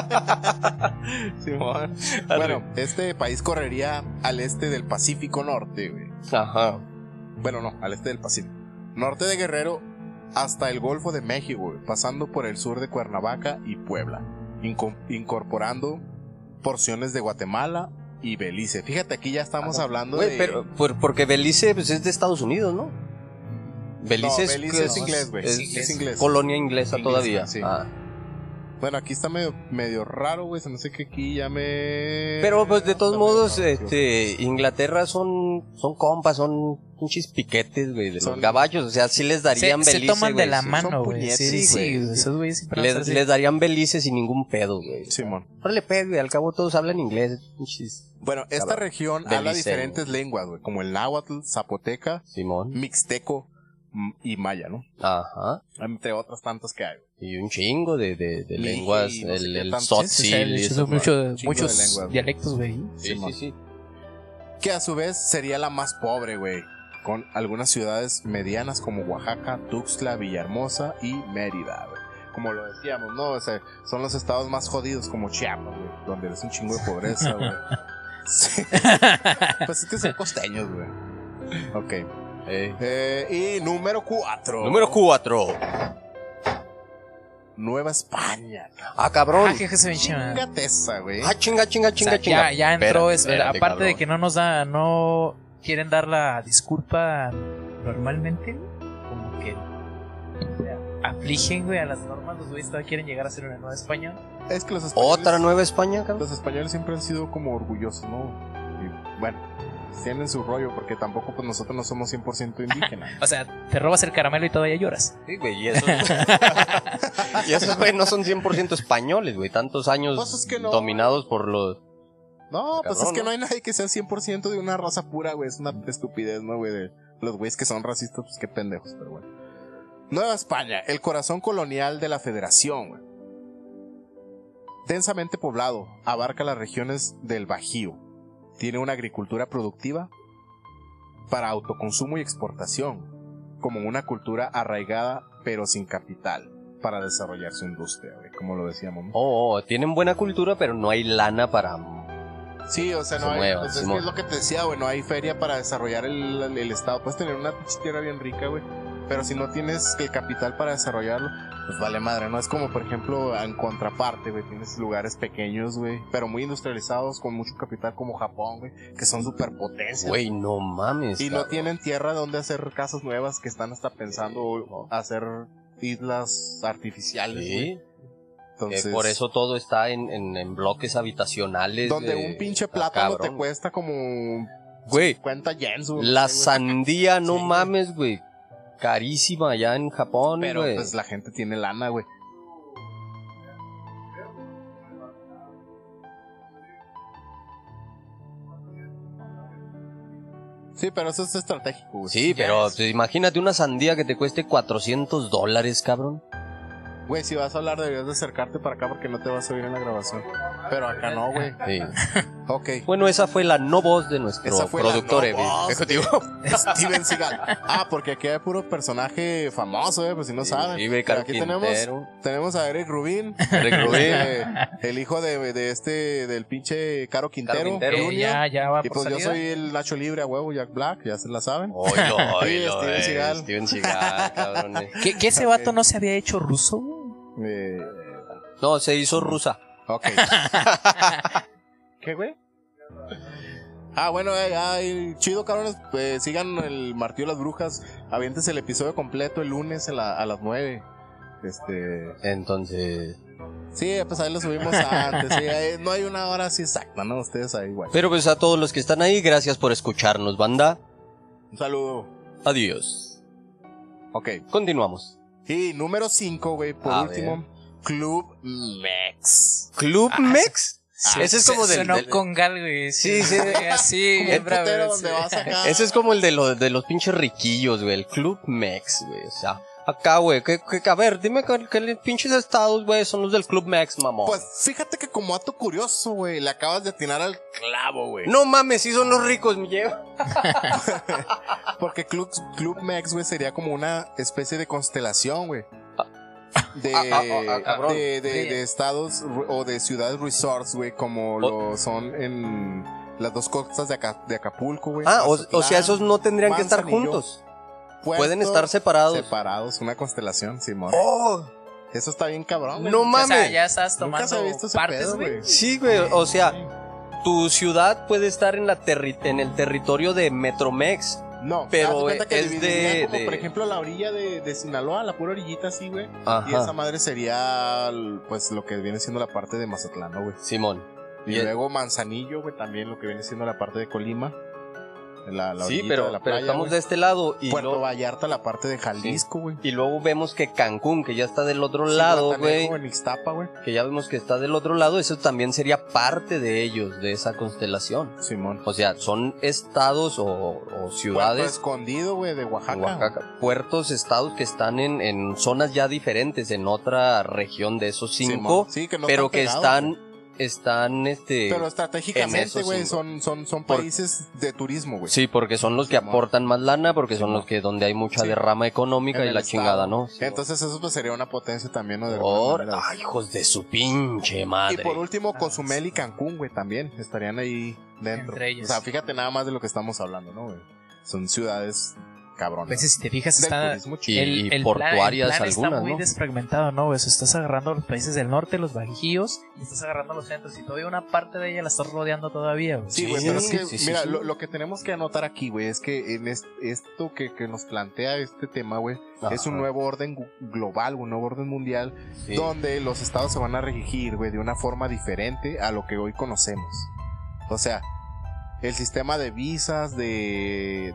Simón. Bueno, este país correría al este del Pacífico Norte, güey. Ajá. Bueno, no, al este del Pacífico. Norte de Guerrero hasta el Golfo de México, güey, pasando por el sur de Cuernavaca y Puebla, incorporando porciones de Guatemala y Belice. Fíjate, aquí ya estamos hablando Güey, de... pero porque Belice pues, es de Estados Unidos, ¿no? Belice, No, Belice es inglés, güey. Es, Es inglés. colonia inglesa Inglés, todavía. sí. Ah. Bueno, aquí está medio raro, güey. No sé que aquí ya me... Pero pues de todos Está medio modos, raro, Inglaterra son compas, son pinches piquetes, güey, de los Son- gaballos. O sea, sí les darían Se Belice, toman de güey, la sí. mano, son güey. puñetes, Sí, sí, güey. esos güeyes siempre van a estar así. Les darían Belice sin ningún pedo, güey. Simón. Órale, pues, güey, al cabo todos hablan inglés, pinches. Bueno, esta Cabrón. región Belice, habla diferentes lenguas, güey. Como el náhuatl, zapoteca, Simón. mixteco y maya, ¿no? Ajá. Entre otras tantas que hay. Y un chingo de Liji, lenguas, no sé qué el tanto. tzotzil y eso. Son chingo de muchos lenguas, güey. dialectos, güey. Sí, Simón. sí, sí. Que a su vez sería la más pobre, güey. Con algunas ciudades medianas como Oaxaca, Tuxtla, Villahermosa y Mérida, güey. Como lo decíamos, ¿no? O sea, son los estados más jodidos como Chiapas, güey. Donde es un chingo de pobreza, güey. Sí. Pues es que son costeños, güey. Ok. Y número 4. Número 4. Nueva España. Ah, cabrón. Ah, que se ven chidas. Chingate esa, güey. Ah, chinga. O sea, ya entró, Espérate, aparte de cabrón. que no quieren dar la disculpa normalmente, como que o sea, afligen, güey, a las normas, los güeyes todavía quieren llegar a ser una nueva España. Es que los españoles... Otra Nueva España, cabrón. Los españoles siempre han sido como orgullosos, ¿no? Y bueno, tienen su rollo porque tampoco pues nosotros no somos 100% indígenas. O sea, te robas el caramelo y todavía lloras. Sí, güey, y esos, y esos, güey, no son 100% españoles, güey. Tantos años Pues es que no. dominados por los... No, pues Cabrón, es que ¿no? no hay nadie que sea 100% de una raza pura, güey. Es una estupidez, ¿no, güey? De los güeyes que son racistas, pues qué pendejos, pero bueno. Nueva España, el corazón colonial de la Federación, güey. Densamente poblado, abarca las regiones del Bajío. Tiene una agricultura productiva para autoconsumo y exportación, como una cultura arraigada pero sin capital para desarrollar su industria, güey, como lo decíamos, ¿no? tienen buena cultura, pero no hay lana para... Sí, o sea, no Se hay, mueva, pues es, Simón. que es lo que te decía, güey, no hay feria para desarrollar el estado. Puedes tener una pinche tierra bien rica, güey, pero si no tienes el capital para desarrollarlo, pues vale madre, ¿no? Es como, por ejemplo, en contraparte, güey, tienes lugares pequeños, güey, pero muy industrializados, con mucho capital, como Japón, güey, que son superpotencias. Güey, no mames. Y no cabrón. tienen tierra donde hacer casas nuevas, que están hasta pensando hacer islas artificiales, güey. Sí, Entonces, por eso todo está en bloques habitacionales. donde un pinche plátano te cuesta como Güey, 50 yens, güey. la Sí, güey. sandía, no Sí, güey. mames, güey. carísima allá en Japón, güey. Pero pues la gente tiene lana, güey. Sí, pero eso es estratégico, güey. Sí, pero imagínate una sandía que te cueste $400, cabrón. Güey, si vas a hablar deberías de acercarte para acá porque no te vas a oír en la grabación. Pero acá no, güey. Sí. Ok. Bueno, esa fue la no voz de nuestro Esa fue productor la no voz ejecutivo. de Steven Seagal. Ah, porque aquí hay puro personaje famoso, pues si no saben. Sí, Pero aquí tenemos a Eric Rubin. Eric Rubin. El hijo del pinche Caro Quintero. Ya va Y por pues yo salida. soy el Nacho Libre a huevo, Jack Black, ya se la saben. Oilo, Steven Seagal. Steven Seagal, cabrón. ¿Que ese vato no se había hecho ruso, güey? No, se hizo rusa. Ok. ¿Qué, güey? Ah, bueno, chido, cabrones. Sigan el Martillo de las Brujas. Avientes el episodio completo el lunes a las 9. Entonces... Sí, pues ahí lo subimos antes. Sí, no hay una hora así exacta, ¿no? Ustedes ahí, güey. Pero pues a todos los que están ahí, gracias por escucharnos, banda. Un saludo. Adiós. Ok. Continuamos. Y número 5, güey, por A último. Club Mex. ¿Club Mex? Sí, Ese es como sonó del... con gal, güey. Sí. Así, Un bien bravo. putero donde vas acá. Ese es como el de los pinches riquillos, güey. El Club Mex, güey. O sea, acá, güey. A ver, dime qué pinches estados, güey, son los del Club Mex, mamón. Pues fíjate que como dato curioso, güey, le acabas de atinar al clavo, güey. No mames, sí son los ricos, me lleva. Porque Club Mex, güey, sería como una especie de constelación, güey. Cabrón. De estados o de ciudades resorts, güey, como lo son en las dos costas de Acapulco, güey. O sea, esos no tendrían que estar Manzanillo, juntos. Puerto, Pueden estar separados. Separados, una constelación, Simón. ¡Oh! Eso está bien cabrón, güey. No O mames. sea, ya estás Nunca tomando se ha visto ese partes, pedo, güey. güey. Sí, güey. O sea, tu ciudad puede estar en el territorio de Metromex. No, pero haz de cuenta que es dividiría como, de- por ejemplo, la orilla de Sinaloa, la pura orillita así, güey. Ajá. Y esa madre sería, pues, lo que viene siendo la parte de Mazatlán, ¿no, güey? Simón. Y luego Manzanillo, güey, también lo que viene siendo la parte de Colima. La Sí, orillita pero de la playa, estamos güey. de este lado y, Puerto Vallarta, la parte de Jalisco, güey. y luego vemos que Cancún, que ya está del otro Sí, lado, Guatanejo, güey, en Ixtapa, güey. que ya vemos que está del otro lado, eso también sería parte de ellos, de esa constelación. Simón. O sea, son estados o Puerto ciudades, Escondido, güey, de Oaxaca. puertos, estados que están en zonas ya diferentes, en otra región de esos 5, Simón. Sí, que no pero están que pegados, güey. están, Pero en estratégicamente, esos güey, cinco. son Por- países de turismo, güey. Sí, porque son los que Simón. aportan más lana, porque son Simón. los que donde hay mucha Sí. derrama económica En y el la estado. chingada, ¿no? Sí. Entonces eso pues sería una potencia también, ¿no? De alguna manera. Ay, hijos de su pinche Y madre. por último, Cozumel y Cancún, güey, también estarían ahí dentro. Entre ellos. O sea, fíjate nada más de lo que estamos hablando, ¿no, güey? Son ciudades cabronas. Pues si te fijas, Del está... turismo chido. Y portuarias el plan algunas, está muy ¿no? desfragmentado, ¿no? Pues estás agarrando los países del norte, los bajíos, y estás agarrando los centros, y todavía una parte de ella la estás rodeando todavía, güey. Sí, güey, Sí, pero es que, sí, mira, sí. Lo que tenemos que anotar aquí, güey, es que en esto que nos plantea este tema, güey, es un Ajá. nuevo orden global, un nuevo orden mundial, Sí. donde los estados se van a regir, güey, de una forma diferente a lo que hoy conocemos. O sea, el sistema de visas, de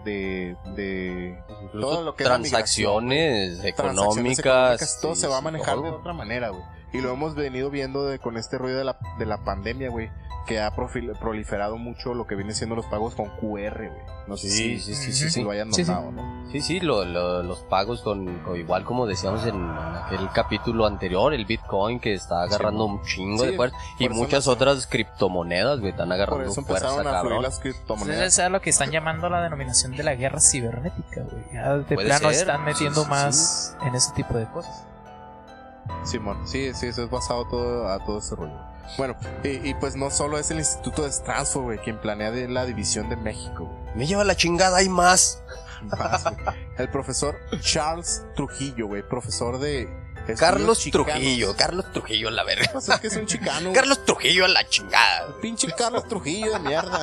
Incluso todo lo que es la transacciones transacciones económicas. todo sí, se va a sí, manejar todo. de otra manera, güey. Y lo hemos venido viendo con este ruido de la pandemia, güey, que ha proliferado mucho lo que viene siendo los pagos con QR, güey. No sé Sí, si lo hayan Sí, sí. notado, ¿no? Sí, los pagos igual como decíamos en aquel capítulo anterior, el Bitcoin que está agarrando un chingo Sí, de fuerza y por eso muchas nació. otras criptomonedas, güey, están Por agarrando eso fuerza, empezaron a fluir cabrón. las Entonces, criptomonedas. esa es lo que están llamando la denominación de la guerra cibernética, güey. Ya de Puede plano ser. están metiendo Sí, sí, más en ese tipo de cosas. Simón, sí, eso es basado a todo ese rollo. Bueno, y pues no solo es el Instituto de Transfo, güey, quien planea la división de México, güey. Me lleva la chingada, hay más. Más, güey. El profesor Charles Trujillo, güey, profesor de estudios Carlos chicanos. Trujillo, la verga. Pues es que es un chicano. Carlos Trujillo a la chingada. Pinche Carlos Trujillo de mierda.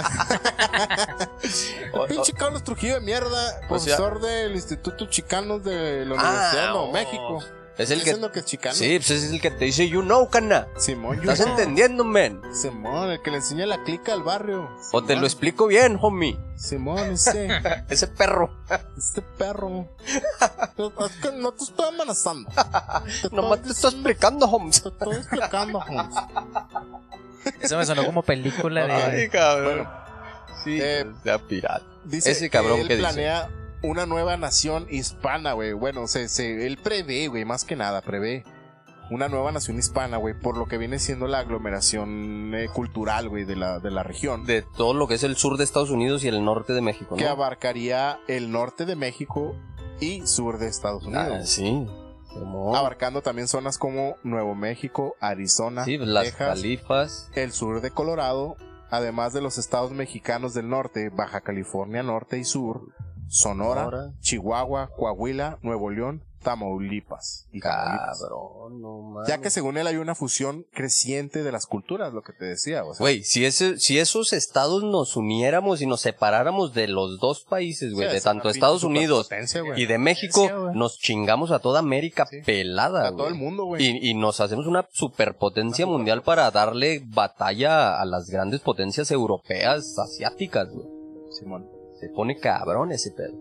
Pinche Carlos Trujillo de mierda. Profesor del Instituto Chicanos de la Universidad de Nuevo México. Es el que... diciendo que es chicano. Sí, pues es el que te dice, you know, cana. Simón, ¿Estás entendiendo, men? Simón, el que le enseña la clica al barrio. O te Simón. lo explico bien, homie. Simón, ese Perro. perro. Es que no te estoy amenazando. Nomás te estoy explicando, Holmes. Te estoy explicando, Holmes. Eso me sonó como película de... Ay, cabrón. Bueno, Sí, sea pirata. dice Ese cabrón él que dice. planea una nueva nación hispana, güey. Bueno, él prevé, güey, más que nada, prevé una nueva nación hispana, güey, por lo que viene siendo la aglomeración cultural, güey, de la región. De todo lo que es el sur de Estados Unidos y el norte de México, ¿no? Que abarcaría el norte de México y sur de Estados Unidos. Sí. Como... Abarcando también zonas como Nuevo México, Arizona, Sí, las Texas, Califas. el sur de Colorado, además de los estados mexicanos del norte, Baja California Norte y Sur, Sonora, Chihuahua, Coahuila, Nuevo León, Tamaulipas. Cabrón, no mames. Ya que según él hay una fusión creciente de las culturas, lo que te decía. O sea, Güey, si esos estados nos uniéramos y nos separáramos de los dos países, güey, sí, de es tanto una Estados pinche Unidos superpotencia, güey. y de México, Sí, güey. nos chingamos a toda América pelada, a güey. todo el mundo, güey. Y nos hacemos una superpotencia mundial para darle batalla a las grandes potencias europeas, asiáticas, güey. Simón. Se pone cabrón ese pedo.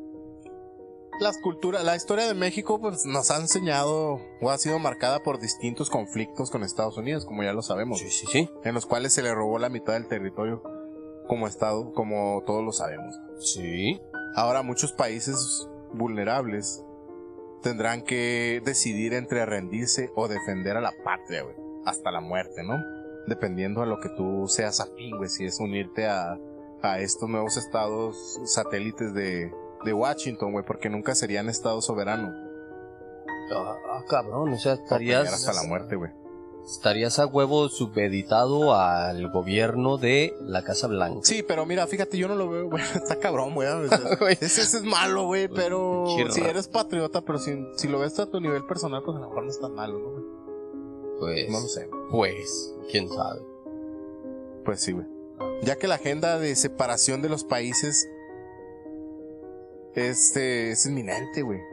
La historia de México pues nos ha enseñado o ha sido marcada por distintos conflictos con Estados Unidos, como ya lo sabemos, Sí. en los cuales se le robó la mitad del territorio como estado, como todos lo sabemos. Sí. Ahora muchos países vulnerables tendrán que decidir entre rendirse o defender a la patria, güey, hasta la muerte, ¿no? Dependiendo a lo que tú seas afín, güey, si es unirte a estos nuevos estados satélites de Washington, güey, porque nunca serían estados soberanos. Cabrón, o sea, O pelear hasta estarías la muerte, güey. a huevo subeditado al gobierno de la Casa Blanca. Sí, pero mira, fíjate, yo no lo veo, güey, está cabrón, güey. O sea, Güey. ese es malo, güey, pero Pinche si raro. eres patriota, pero si lo ves a tu nivel personal, pues a lo mejor no es tan malo, ¿no, güey? Pues, No lo sé. Pues, quién sabe. Pues sí, güey. Ya que la agenda de separación de los países es inminente, güey.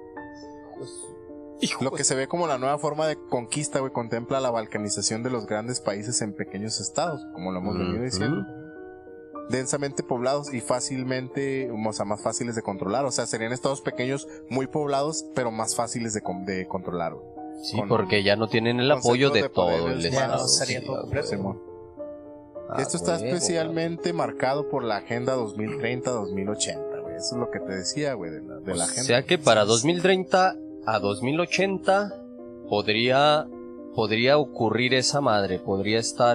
Lo que se ve como la nueva forma de conquista, güey, contempla la balcanización de los grandes países en pequeños estados, como lo hemos venido diciendo. Densamente poblados y fácilmente, o sea, más fáciles de controlar. O sea, serían estados pequeños, muy poblados, pero más fáciles de controlar, güey. Sí, Con- porque ya no tienen el con apoyo centros de de todo poder el del Ya estado. no sería todo completo. Simón. Ah, Esto está huevo, especialmente marcado por la Agenda 2030-2080, güey. Eso es lo que te decía, güey, de la O agenda. sea que para 2030 a 2080 podría ocurrir esa madre, podría estar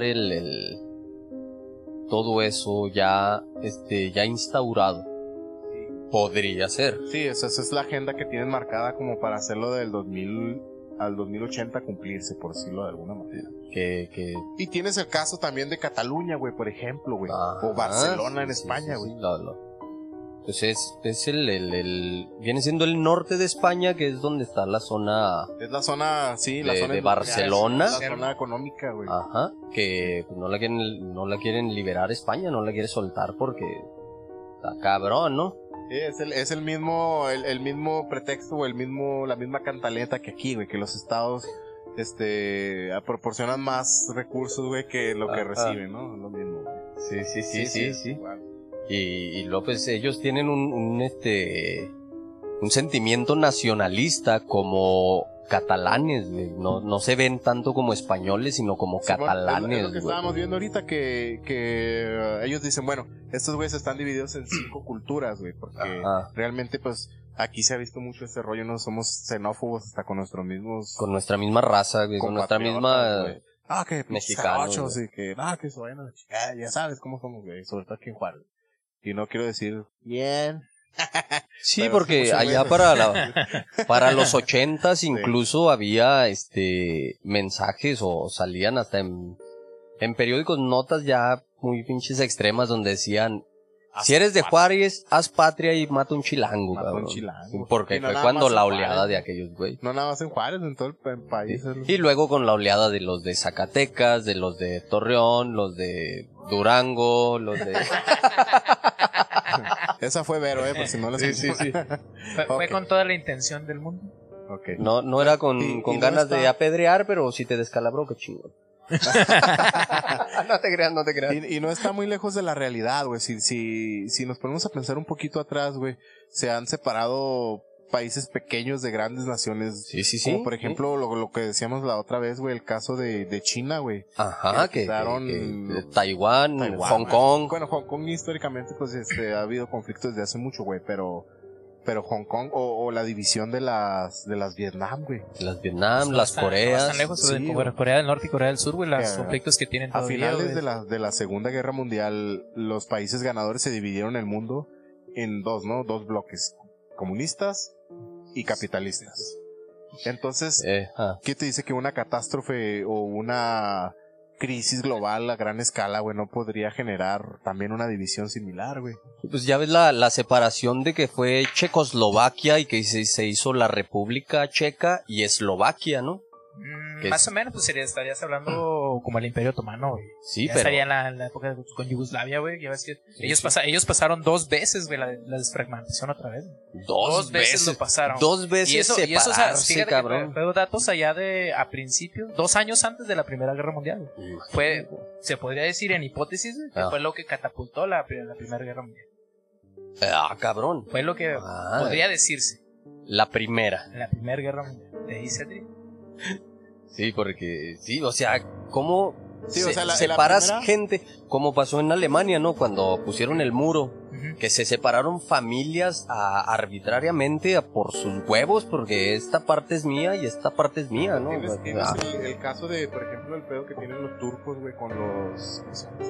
todo eso ya instaurado. Podría ser. Sí, esa es la agenda que tienen marcada como para hacerlo del 2000 al 2080 cumplirse, por decirlo de alguna manera. Que Y tienes el caso también de Cataluña, güey, por ejemplo, güey. Ajá, O Barcelona en sí, España, sí, güey. sí, pues es viene siendo el norte de España, que es donde está la zona, Es la zona, sí, la De- zona de industrial, Barcelona. La zona económica, güey. ajá, que pues, no la quieren liberar España, no la quiere soltar porque está cabrón, ¿no? Sí, es el mismo pretexto o la misma cantaleta que aquí, güey, que los estados proporcionan más recursos, güey, que lo que Ajá. reciben, ¿no? Lo mismo, güey. Sí. Igual. Y luego pues ellos tienen un sentimiento nacionalista como catalanes, güey. No se ven tanto como españoles, sino como Sí, bueno, catalanes, es lo que güey. estábamos viendo ahorita que ellos dicen, bueno, estos güeyes están divididos en 5 culturas, güey, porque Ajá. realmente pues aquí se ha visto mucho ese rollo, no somos xenófobos hasta con nuestros mismos Con nuestra misma raza, güey, con nuestra compatriotas, misma... güey. Que mexicanos, mexicanos güey. y que que se vayan a la chingada, ya sabes cómo somos, güey, sobre todo aquí en Juárez. Y no quiero decir bien. Sí, Pero porque muchos allá güeyes. para los 80s incluso había mensajes o salían hasta en periódicos notas ya muy pinches extremas donde decían, si eres de Juárez, haz patria y mata un chilango, Mata un cabrón. chilango. Porque Y no fue nada cuando más en la Juárez, oleada de ¿no? aquellos, güey. No nada más en Juárez, en todo el país. Y luego con la oleada de los de Zacatecas, de los de Torreón, los de Durango, los de... Esa fue Vero, por si no la Sí. Fue Ok. con toda la intención del mundo. Okay. No era con y ganas no está... de apedrear, pero si te descalabró, qué chingón. No te creas. Y no está muy lejos de la realidad, güey. Si nos ponemos a pensar un poquito atrás, güey, se han separado países pequeños de grandes naciones. Sí. Como por ejemplo lo que decíamos la otra vez, güey, el caso de China, güey. Ajá, que Taiwán, Hong Kong. Bueno, Hong Kong históricamente pues ha habido conflictos desde hace mucho, güey, pero Hong Kong o la división de las Vietnam, güey. Las Vietnam, las Coreas. No están lejos, sí, como Corea del Norte y Corea del Sur, güey, los conflictos que tienen todavía. A finales de la Segunda Guerra Mundial, los países ganadores se dividieron el mundo en dos, ¿no? Dos bloques, comunistas y capitalistas. Entonces, ¿qué te dice que una catástrofe o una crisis global a gran escala, güey, no podría generar también una división similar, güey? Pues ya ves la separación de que fue Checoslovaquia y que se hizo la República Checa y Eslovaquia, ¿no? Más o menos, pues estarías hablando como el Imperio Otomano, güey. Sí, ya pero... estaría en la época con Yugoslavia, güey. Ya ves que ellos pasaron 2 veces, güey, la desfragmentación otra vez. Dos veces lo pasaron. 2 veces separarse, o sea, cabrón. Fue datos allá a principio, 2 años antes de la Primera Guerra Mundial, güey. Se podría decir en hipótesis, güey, que fue lo que catapultó la Primera Guerra Mundial. Cabrón. Fue lo que podría decirse. La Primera Guerra Mundial. De ahí se trió. Sí, porque, sí, o sea, ¿cómo separas gente? Como pasó en Alemania, ¿no? Cuando pusieron el muro, que se separaron familias arbitrariamente por sus huevos, porque esta parte es mía y esta parte es mía, ¿no? ¿Tienes el caso de, por ejemplo, el pedo que tienen los turcos, güey, con los...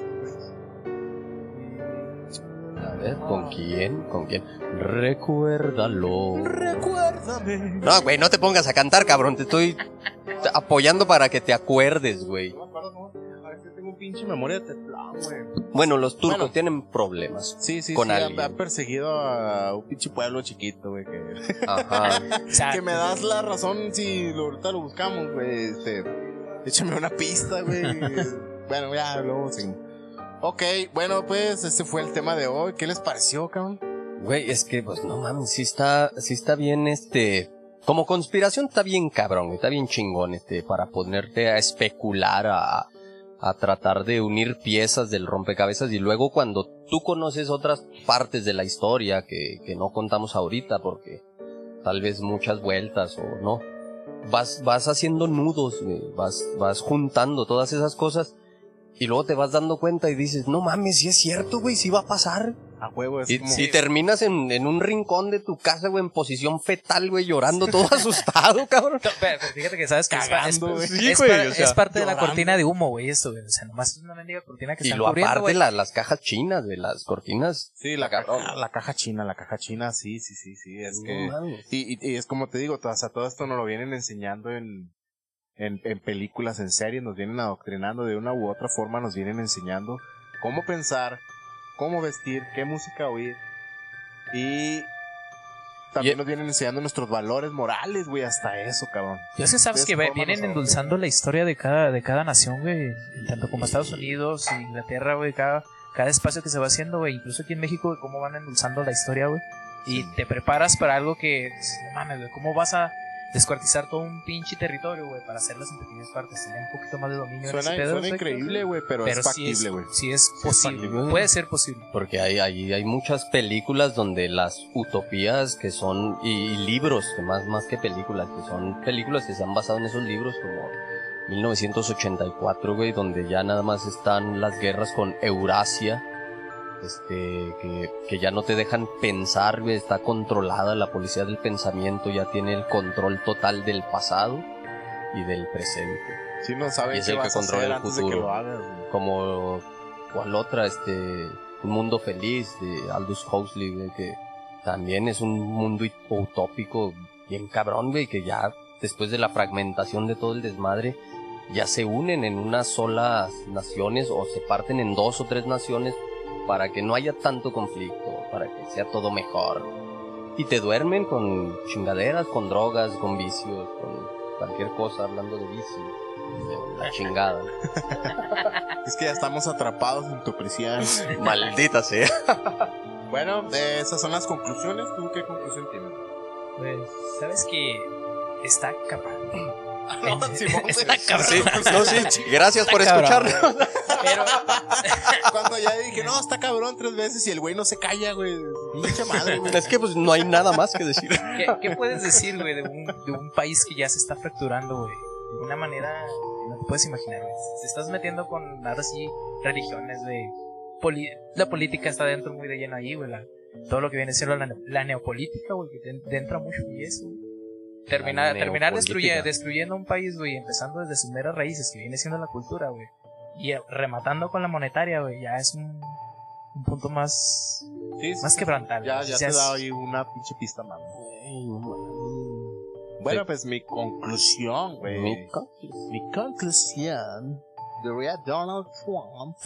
A ver, ¿con quién? Recuérdalo. Recuérdame. No, güey, no te pongas a cantar, cabrón. Te estoy apoyando para que te acuerdes, güey. No, a ver, tengo un pinche memoria de teflón, güey. Bueno, los turcos tienen problemas. Sí, con alguien. Han perseguido a un pinche pueblo chiquito, güey. Ajá. Que me das la razón si ahorita lo buscamos, güey. Échame una pista, güey. Bueno, ya, luego seguimos. Ok, bueno, pues este fue el tema de hoy. ¿Qué les pareció, cabrón? Güey, es que, pues, no mames, sí está bien, como conspiración está bien cabrón, está bien chingón, para ponerte a especular, a tratar de unir piezas del rompecabezas, y luego cuando tú conoces otras partes de la historia que no contamos ahorita, porque tal vez muchas vueltas o no, vas haciendo nudos, güey, vas juntando todas esas cosas. Y luego te vas dando cuenta y dices, no mames, sí es cierto, güey, sí va a pasar. A huevo, es como... Y terminas en un rincón de tu casa, güey, en posición fetal, güey, llorando todo asustado, cabrón. No, pero fíjate que sabes que cagando, güey. Es parte de la cortina de humo, güey, esto, güey. O sea, nomás es una mendiga cortina que y están lo cubriendo, aparte güey. las cajas chinas, de las cortinas. Sí, la caja china, sí. Es que... Y es como te digo, o sea, todo esto nos lo vienen enseñando en películas, en series, nos vienen adoctrinando de una u otra forma, nos vienen enseñando cómo pensar, cómo vestir, qué música oír, y también nos vienen enseñando nuestros valores morales, güey, hasta eso, cabrón. Yo es que sabes que vienen endulzando la historia de cada nación, güey, tanto como Estados Unidos, Inglaterra, güey, cada espacio que se va haciendo, güey, incluso aquí en México, güey, cómo van endulzando la historia, güey, y te preparas para algo que, no mames, güey, cómo vas a descuartizar todo un pinche territorio, güey, para hacerlas en pequeñas partes, tener un poquito más de dominio. Suena increíble, güey, pero es factible, güey. Sí es posible, puede ser posible. Porque hay muchas películas donde las utopías que son, y libros, que más que películas, que son películas que se han basado en esos libros, como 1984, güey, donde ya nada más están las guerras con Eurasia, que ya no te dejan pensar, güey, está controlada, la policía del pensamiento ya tiene el control total del pasado y del presente. Sí, no saben qué vas a hacer antes de que lo hagas, güey. Como cual otra, Un Mundo Feliz de Aldous Huxley, güey, que también es un mundo utópico bien cabrón, güey, que ya después de la fragmentación de todo el desmadre ya se unen en unas solas naciones o se parten en 2 o 3 naciones para que no haya tanto conflicto, para que sea todo mejor. Y te duermen con chingaderas, con drogas, con vicios, con cualquier cosa, hablando de vicio, de la chingada. Es que ya estamos atrapados en tu prisión. Maldita sea. Bueno, esas son las conclusiones. ¿Tú qué conclusión tienes? Pues, sabes que está cabrón. No, Simón, güey. Sí, no, sí. Gracias por escucharnos. Pero Cuando ya dije, no, está cabrón 3 veces y el güey no se calla, güey. Pinche madre, güey. Es que pues no hay nada más que decir. ¿qué puedes decir, güey, de un país que ya se está fracturando, güey? De una manera que no te puedes imaginar, güey. Te estás metiendo con, ahora sí, religiones, güey. La política está dentro muy de lleno ahí, güey. Todo lo que viene siendo la neopolítica, güey, que te entra mucho y eso, güey. Terminar destruyendo un país, güey, empezando desde sus meras raíces, que viene siendo la cultura, güey. Y rematando con la monetaria, güey, ya es un punto más quebrantable. Ya O sea, te he dado ahí una pinche pista más. Bueno, pues mi conclusión, güey. Mi conclusión diría Donald Trump.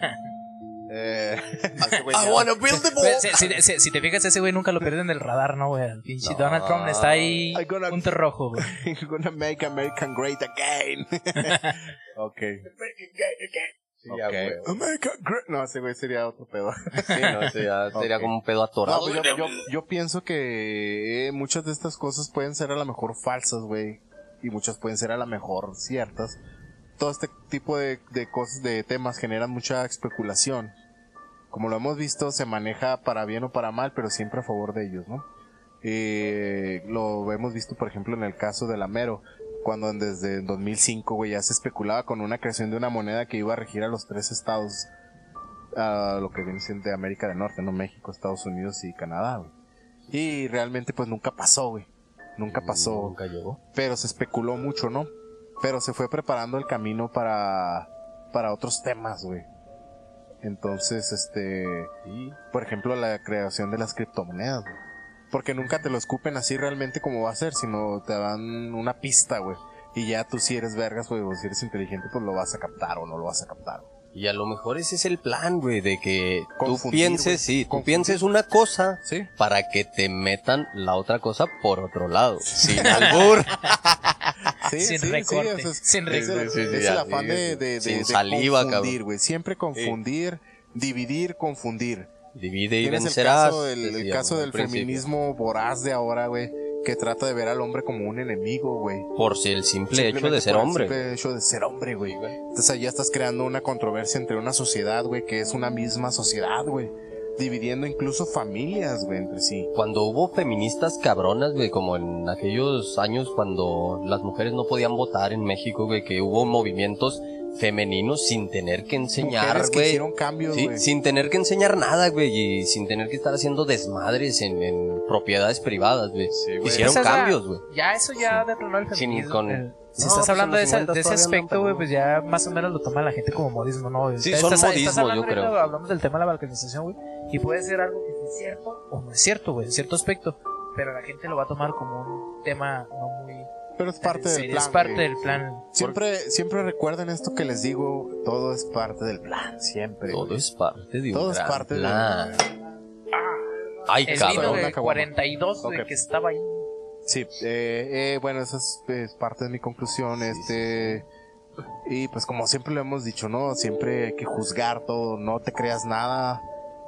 I wanna build the wall. Si te fijas, ese güey nunca lo pierden del radar, ¿no, güey? El pinche Donald Trump está ahí, punto rojo, güey. I'm gonna make America great again. Okay. Okay. America great. No, ese güey sería otro pedo. Sí, no, ese ya sería como un pedo atorado. No, pues yo pienso que muchas de estas cosas pueden ser a lo mejor falsas, güey. Y muchas pueden ser a lo mejor ciertas. Todo este tipo de cosas, de temas generan mucha especulación. Como lo hemos visto, se maneja para bien o para mal, pero siempre a favor de ellos, ¿no? Lo hemos visto, por ejemplo, en el caso de la Mero, cuando desde 2005, güey, ya se especulaba con una creación de una moneda que iba a regir a los 3 estados, lo que viene siendo de América del Norte, ¿no? México, Estados Unidos y Canadá, güey. Y realmente, pues, nunca pasó, güey. Nunca pasó. Nunca llegó. Pero se especuló mucho, ¿no? Pero se fue preparando el camino para otros temas, güey. Entonces, por ejemplo, la creación de las criptomonedas, güey. Porque nunca te lo escupen así realmente como va a ser, sino te dan una pista, güey. Y ya tú si eres vergas, güey, o si eres inteligente, pues lo vas a captar o no lo vas a captar. Y a lo mejor ese es el plan, güey, de que tú Confundir, pienses, güey. tú pienses una cosa, ¿Sí? para que te metan la otra cosa por otro lado, sin albur. Sí, Sin sí, recorte, sí, sin recorte. es el ya, afán de sin saliva, confundir, güey. Siempre confundir, dividir, confundir. Divide y Tienes vencerás. el caso del feminismo voraz de ahora, güey, que trata de ver al hombre como un enemigo, güey. Por si el simple hecho de ser hombre. El simple hecho de ser hombre, güey. Entonces ahí ya estás creando una controversia entre una sociedad, güey, que es una misma sociedad, güey. Dividiendo incluso familias, güey, entre sí. Cuando hubo feministas cabronas, güey, como en aquellos años cuando las mujeres no podían votar en México, güey, que hubo movimientos femeninos sin tener que enseñar, Mujeres que güey. hicieron cambios, Sí, güey. sin tener que enseñar nada, güey, y sin tener que estar haciendo desmadres en propiedades privadas, güey. Sí, güey. Hicieron Esa es la- cambios, güey. Ya eso ya detronó el feminismo. Si No, estás pues hablando en de los ese 50 todavía aspecto, no, güey, pero- pues ya más o menos lo toma la gente como modismo, ¿no? Sí, Estás- son estás modismo, hablando yo creo. ahorita, hablamos del tema de la balcanización, güey, y puede ser algo que es cierto o no es cierto, güey, en cierto aspecto, pero la gente lo va a tomar como un tema no muy... Pero es parte del Sí, plan, es parte güey. del plan. Siempre recuerden esto que les digo, todo es parte del plan, siempre. Todo güey. es parte de un Todo es gran parte del plan. Ay, El vino cabrón. de 42, güey, Ok. que estaba ahí. Sí, bueno, esa es parte de mi conclusión, y pues como siempre lo hemos dicho, ¿no? Siempre hay que juzgar todo, no te creas nada,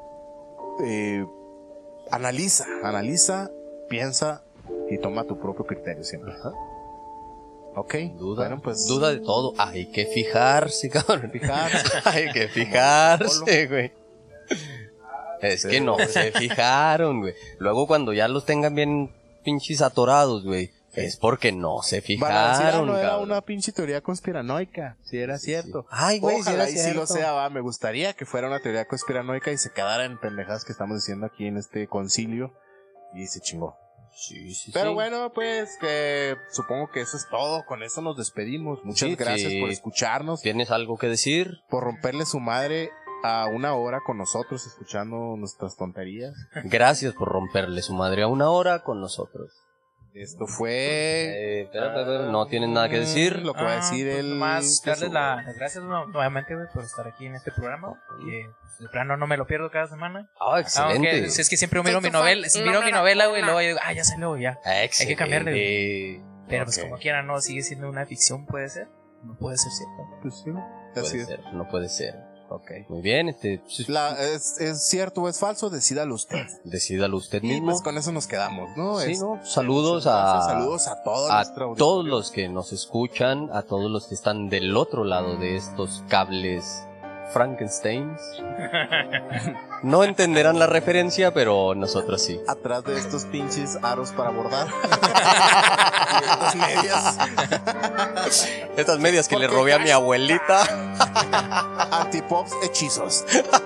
analiza, piensa y toma tu propio criterio siempre. Ajá. Ok, Duda, bueno, pues duda de todo. Hay que fijarse, cabrón. fijarse. Hay que fijarse, güey. Es que no se fijaron, güey. Luego cuando ya los tengan bien pinches atorados, güey, es porque no se Van a decir, fijaron, no era cabrón. una pinche teoría conspiranoica, si era cierto. Ay, güey, Ojalá sí y era sí lo cierto. sea, va. Me gustaría que fuera una teoría conspiranoica y se quedara en pendejadas que estamos diciendo aquí en este concilio. Y se chingó. Sí, sí, Pero sí. bueno, pues que supongo que eso es todo. Con eso nos despedimos. Muchas Sí, gracias sí. por escucharnos, ¿Tienes algo que decir? por romperle su madre a una hora con nosotros, escuchando nuestras tonterías. Gracias por romperle su madre a una hora con nosotros. Esto fue... Espera, no tienes nada que decir. Lo que va a decir pues el... nomás darles las gracias nuevamente, güey, por estar aquí en este programa. Que pues, de plano no me lo pierdo cada semana. Ah, excelente. Aunque es que siempre miro mi novela, güey, luego yo digo, ya salió, ya. Excelente. hay que cambiarle, Pero pues Ok. como quiera, no, sigue siendo una ficción, puede ser. No puede ser cierto. Pues sí, Puede así es. ser, no puede ser. Ok, muy bien. ¿Es cierto o es falso? Decídalo usted. Decídalo usted Y mismo. pues con eso nos quedamos, ¿no? Sí, Es- ¿no? Saludos Saludos a todos. a todos los que nos escuchan, a todos los que están del otro lado de estos cables Frankensteins. No entenderán la referencia, pero nosotros sí. Atrás de estos pinches aros para bordar. Y estas medias. Estas medias que le robé a mi abuelita. Antipops hechizos.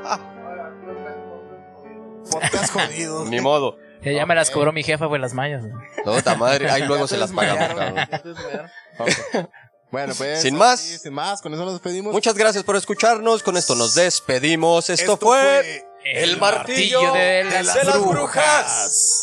Podcast jodido. Ni modo. Ya me las cobró mi jefa, güey, las mallas, güey. Puta madre, ahí luego se las pagamos, cabrón. Ok. Bueno, pues. Sin más. Sí, sin más, con eso nos despedimos. Muchas gracias por escucharnos. Con esto nos despedimos. Esto fue El Martillo de las Brujas.